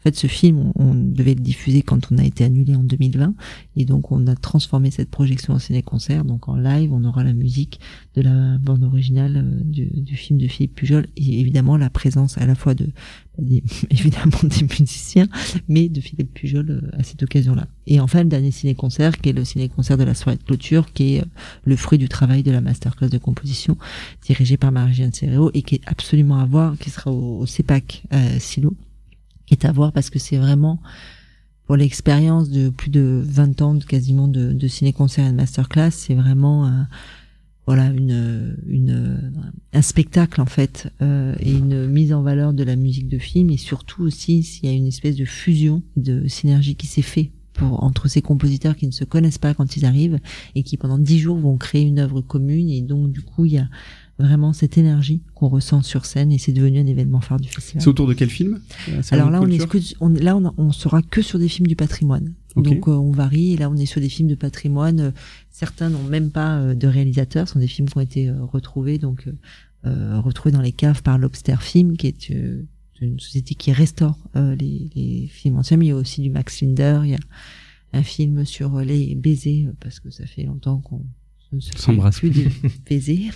fait, ce film, on devait le diffuser quand on a été annulé en 2020, et donc on a transformé cette projection en ciné-concert. Donc en live, on aura la musique de la bande originale du film de Philippe Pujol, et évidemment la présence à la fois évidemment des musiciens, mais de Philippe Pujol à cette occasion-là. Et enfin, le dernier ciné-concert, qui est le ciné-concert de la soirée de clôture, qui est le fruit du travail de la masterclass de composition dirigée par Marie-Jeanne Serréo, et qui est absolument à voir, qui sera au CEPAC Silo, qui est à voir parce que c'est vraiment, pour l'expérience de plus de 20 ans quasiment de ciné-concert et de masterclass, c'est vraiment voilà un spectacle en fait, et une mise en valeur de la musique de film, et surtout aussi s'il y a une espèce de fusion, de synergie qui s'est fait entre ces compositeurs qui ne se connaissent pas quand ils arrivent et qui pendant 10 jours vont créer une œuvre commune, et donc du coup il y a vraiment cette énergie qu'on ressent sur scène, et c'est devenu un événement phare du festival. C'est autour de quel film? Alors là, on sera que sur des films du patrimoine. Okay. Donc on varie, et là on est sur des films de patrimoine. Certains n'ont même pas de réalisateur, ce sont des films qui ont été retrouvés dans les caves par Lobster Film, qui est une société qui restaure les films anciens. Mais il y a aussi du Max Linder, il y a un film sur les baisers, parce que ça fait longtemps qu'on ne se s'embrasse plus de baisers.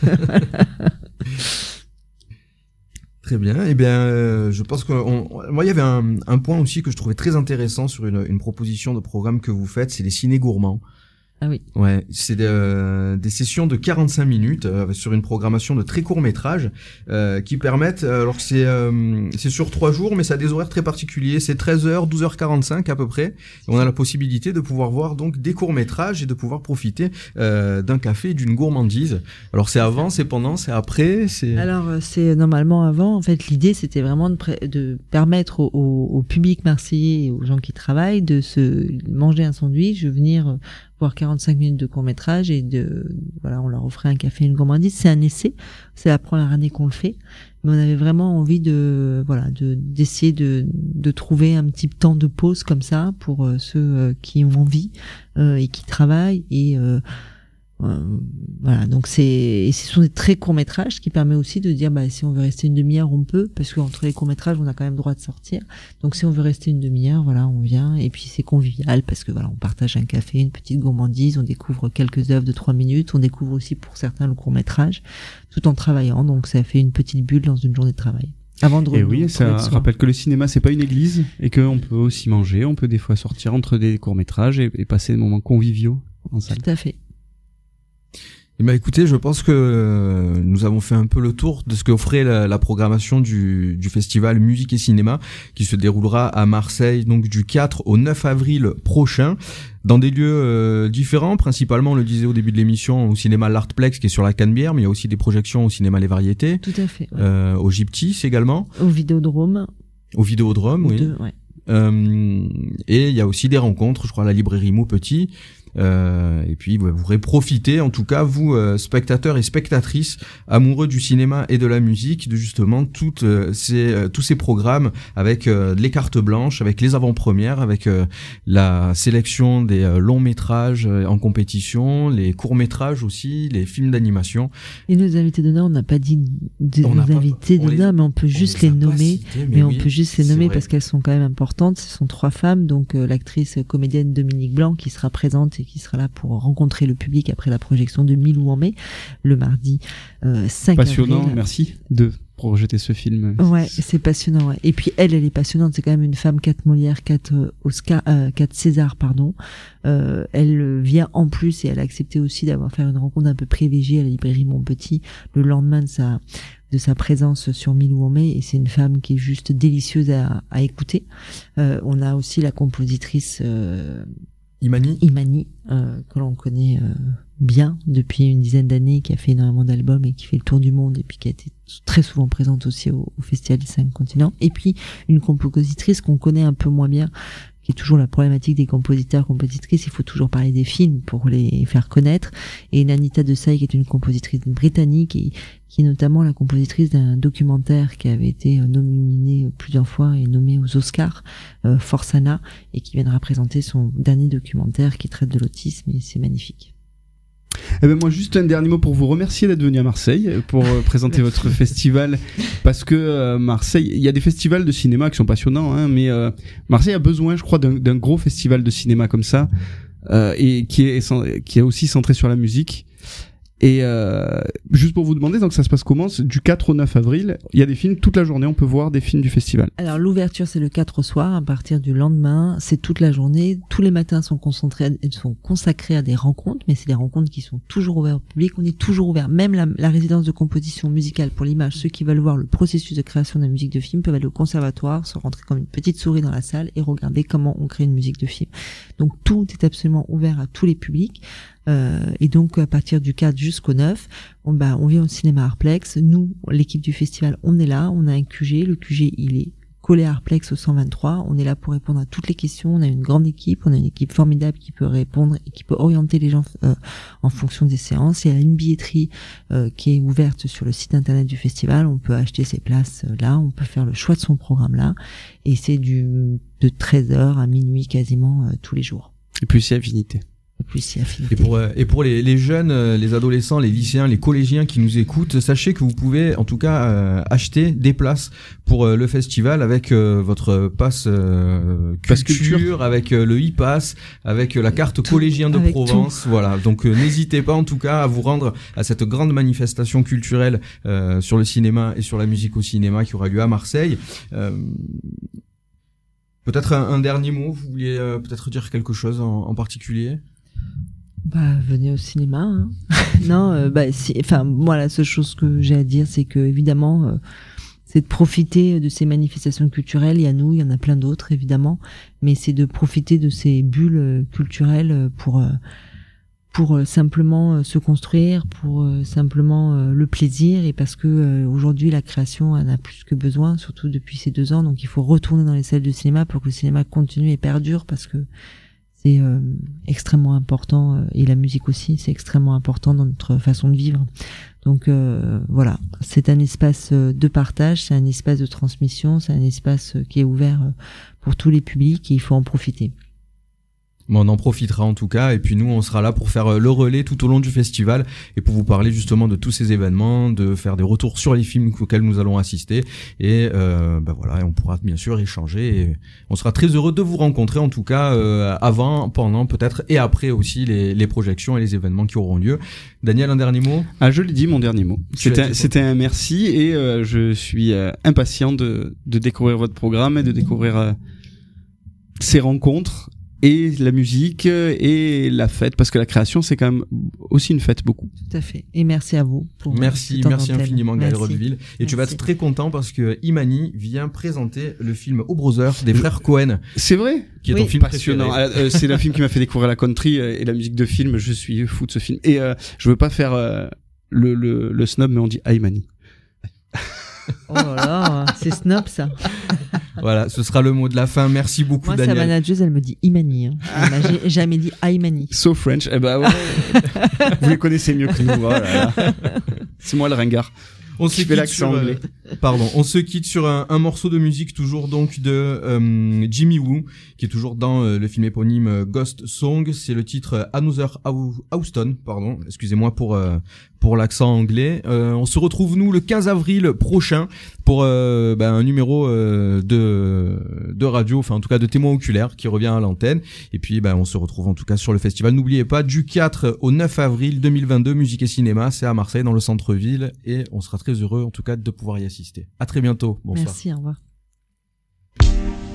Très bien. Eh bien, je pense que moi, il y avait un point aussi que je trouvais très intéressant sur une proposition de programme que vous faites, c'est les ciné gourmands. Ah oui. Ouais, c'est des sessions de 45 minutes sur une programmation de très court métrage qui permettent, alors c'est sur 3 jours, mais ça a des horaires très particuliers, c'est 13h, 12h45 à peu près. Et on a la possibilité de pouvoir voir donc des courts métrages et de pouvoir profiter d'un café et d'une gourmandise. Alors c'est avant, c'est pendant, c'est après, c'est... Alors c'est normalement avant. En fait, l'idée c'était vraiment de permettre au public marseillais et aux gens qui travaillent de se manger un sandwich, venir voir 45 minutes de court-métrage, et voilà, on leur offrait un café et une gourmandise. C'est un essai. C'est la première année qu'on le fait. Mais on avait vraiment envie d'essayer de trouver un petit temps de pause comme ça pour ceux qui ont envie, et qui travaillent, et voilà, donc ce sont des très courts métrages, ce qui permet aussi de dire si on veut rester une demi-heure on peut, parce que entre les courts métrages on a quand même droit de sortir, donc si on veut rester une demi-heure, voilà, on vient, et puis c'est convivial parce que voilà, on partage un café, une petite gourmandise, on découvre quelques œuvres de 3 minutes, on découvre aussi pour certains le court métrage, tout en travaillant, donc ça fait une petite bulle dans une journée de travail. Et oui, ça rappelle que le cinéma c'est pas une église, et qu'on peut aussi manger, on peut des fois sortir entre des courts métrages et passer des moments conviviaux en salle. Tout à fait. Eh ben écoutez, je pense que nous avons fait un peu le tour de ce qu'offrait la programmation du festival Musique et Cinéma, qui se déroulera à Marseille donc du 4 au 9 avril prochain, dans des lieux différents, principalement, on le disait au début de l'émission, au cinéma l'Artplex qui est sur la Canebière, mais il y a aussi des projections au cinéma Les Variétés. Tout à fait. Ouais. Au Gyptis également. Au Vidéodrome. Au Vidéodrome, oui. Ouais. Et il y a aussi des rencontres, je crois, à la librairie Maupetit. Et puis vous pourrez profiter, en tout cas vous spectateurs et spectatrices amoureux du cinéma et de la musique, de justement tous ces programmes avec les cartes blanches, avec les avant-premières, avec la sélection des longs métrages en compétition, les courts métrages aussi, les films d'animation. Et nos invités d'honneur, on n'a pas dit nos invités d'honneur, mais on peut juste les nommer. On peut juste les nommer parce qu'elles sont quand même importantes. Ce sont 3 femmes, donc l'actrice comédienne Dominique Blanc qui sera présente et qui sera là pour rencontrer le public après la projection de Milou en mai, le mardi 5 passionnant, avril. Merci de projeter ce film. Ouais, c'est passionnant. Ouais. Et puis elle est passionnante. C'est quand même une femme 4 Molières, 4 César, pardon. Elle vient en plus, et elle a accepté aussi d'avoir fait une rencontre un peu privilégiée à la librairie Montpetit le lendemain de sa présence sur Milou en mai, et c'est une femme qui est juste délicieuse à écouter. On a aussi la compositrice Imani, que l'on connaît bien depuis une dizaine d'années, qui a fait énormément d'albums et qui fait le tour du monde, et puis qui a été très souvent présente aussi au Festival des 5 continents. Et puis une compositrice qu'on connaît un peu moins bien, qui est toujours la problématique des compositeurs-compositrices, il faut toujours parler des films pour les faire connaître. Et Nanita Desai, qui est une compositrice britannique et qui est notamment la compositrice d'un documentaire qui avait été nominé plusieurs fois et nommé aux Oscars, Forsana, et qui viendra présenter son dernier documentaire qui traite de l'autisme, et c'est magnifique. Eh ben moi, juste un dernier mot pour vous remercier d'être venu à Marseille pour présenter votre festival, parce que Marseille, il y a des festivals de cinéma qui sont passionnants, hein, mais Marseille a besoin, je crois, d'un gros festival de cinéma comme ça, et qui est aussi centré sur la musique. Et juste pour vous demander, donc ça se passe comment ? Du 4 au 9 avril, il y a des films toute la journée, on peut voir des films du festival. Alors l'ouverture c'est le 4 au soir, à partir du lendemain, c'est toute la journée. Tous les matins sont consacrés à des rencontres, mais c'est des rencontres qui sont toujours ouvertes au public. On est toujours ouvert, même la résidence de composition musicale pour l'image. Ceux qui veulent voir le processus de création d'un musique de film peuvent aller au conservatoire, se rentrer comme une petite souris dans la salle et regarder comment on crée une musique de film. Donc tout est absolument ouvert à tous les publics. Et donc à partir du 4 jusqu'au 9, on vient au cinéma Artplex. Nous, l'équipe du festival, on est là, on a un QG. Le QG, il est collé à Artplex au 123. On est là pour répondre à toutes les questions. On a une grande équipe, on a une équipe formidable qui peut répondre et qui peut orienter les gens en fonction des séances. Il y a une billetterie qui est ouverte sur le site internet du festival. On peut acheter ses places là, on peut faire le choix de son programme là. Et c'est de 13h à minuit quasiment tous les jours. Et puis c'est Affinité. Et pour les jeunes, les adolescents, les lycéens, les collégiens qui nous écoutent, sachez que vous pouvez en tout cas acheter des places pour le festival avec votre pass culture, avec le e-pass, avec la carte collégien de Provence. Tout. Voilà, donc n'hésitez pas en tout cas à vous rendre à cette grande manifestation culturelle sur le cinéma et sur la musique au cinéma qui aura lieu à Marseille. Peut-être un dernier mot, vous vouliez peut-être dire quelque chose en particulier ? Venez au cinéma. Hein. Non, moi la seule chose que j'ai à dire, c'est que évidemment, c'est de profiter de ces manifestations culturelles. Il y a nous, il y en a plein d'autres évidemment, mais c'est de profiter de ces bulles culturelles pour simplement se construire, pour simplement le plaisir, et parce que aujourd'hui la création en a plus que besoin, surtout depuis ces 2 ans. Donc il faut retourner dans les salles de cinéma pour que le cinéma continue et perdure, parce que c'est extrêmement important, et la musique aussi, c'est extrêmement important dans notre façon de vivre. Donc voilà, c'est un espace de partage, c'est un espace de transmission, c'est un espace qui est ouvert pour tous les publics, et il faut en profiter. On en profitera en tout cas, et puis nous on sera là pour faire le relais tout au long du festival et pour vous parler justement de tous ces événements, de faire des retours sur les films auxquels nous allons assister, et voilà, et on pourra bien sûr échanger, et on sera très heureux de vous rencontrer en tout cas avant, pendant peut-être et après aussi les projections et les événements qui auront lieu. Daniel, un dernier mot ? Je l'ai dit, mon dernier mot. C'était un merci, et je suis impatient de découvrir votre programme et de découvrir ces rencontres. Et la musique et la fête, parce que la création c'est quand même aussi une fête beaucoup. Tout à fait. Et merci à vous pour merci infiniment Gaël Rodeville. Et tu vas être très content parce que Imani vient présenter le film Au Brother des frères Cohen. C'est vrai. Qui est ton film passionnant. C'est le film qui m'a fait découvrir la country et la musique de film. Je suis fou de ce film. Et je veux pas faire le snob, mais on dit Imani. Oh là là, c'est snob ça. Voilà, ce sera le mot de la fin. Merci beaucoup, Daniel. Moi, sa manageuse, elle me dit Imani. Hein. Elle m'a jamais dit Imani. So French. Eh ben ouais. Vous les connaissez mieux que nous. Voilà. C'est moi le ringard. On se quitte sur un morceau de musique toujours donc de Jimmy Woo, qui est toujours dans le film éponyme Ghost Song. C'est le titre Another Houston, pardon, excusez-moi pour l'accent anglais. On se retrouve nous le 15 avril prochain pour un numéro de radio, enfin en tout cas de Témoins Oculaires qui revient à l'antenne. Et puis on se retrouve en tout cas sur le festival. N'oubliez pas, du 4 au 9 avril 2022, musique et cinéma, c'est à Marseille dans le centre-ville, et on sera très heureux en tout cas de pouvoir y assister. À très bientôt. Bonsoir. Merci, au revoir.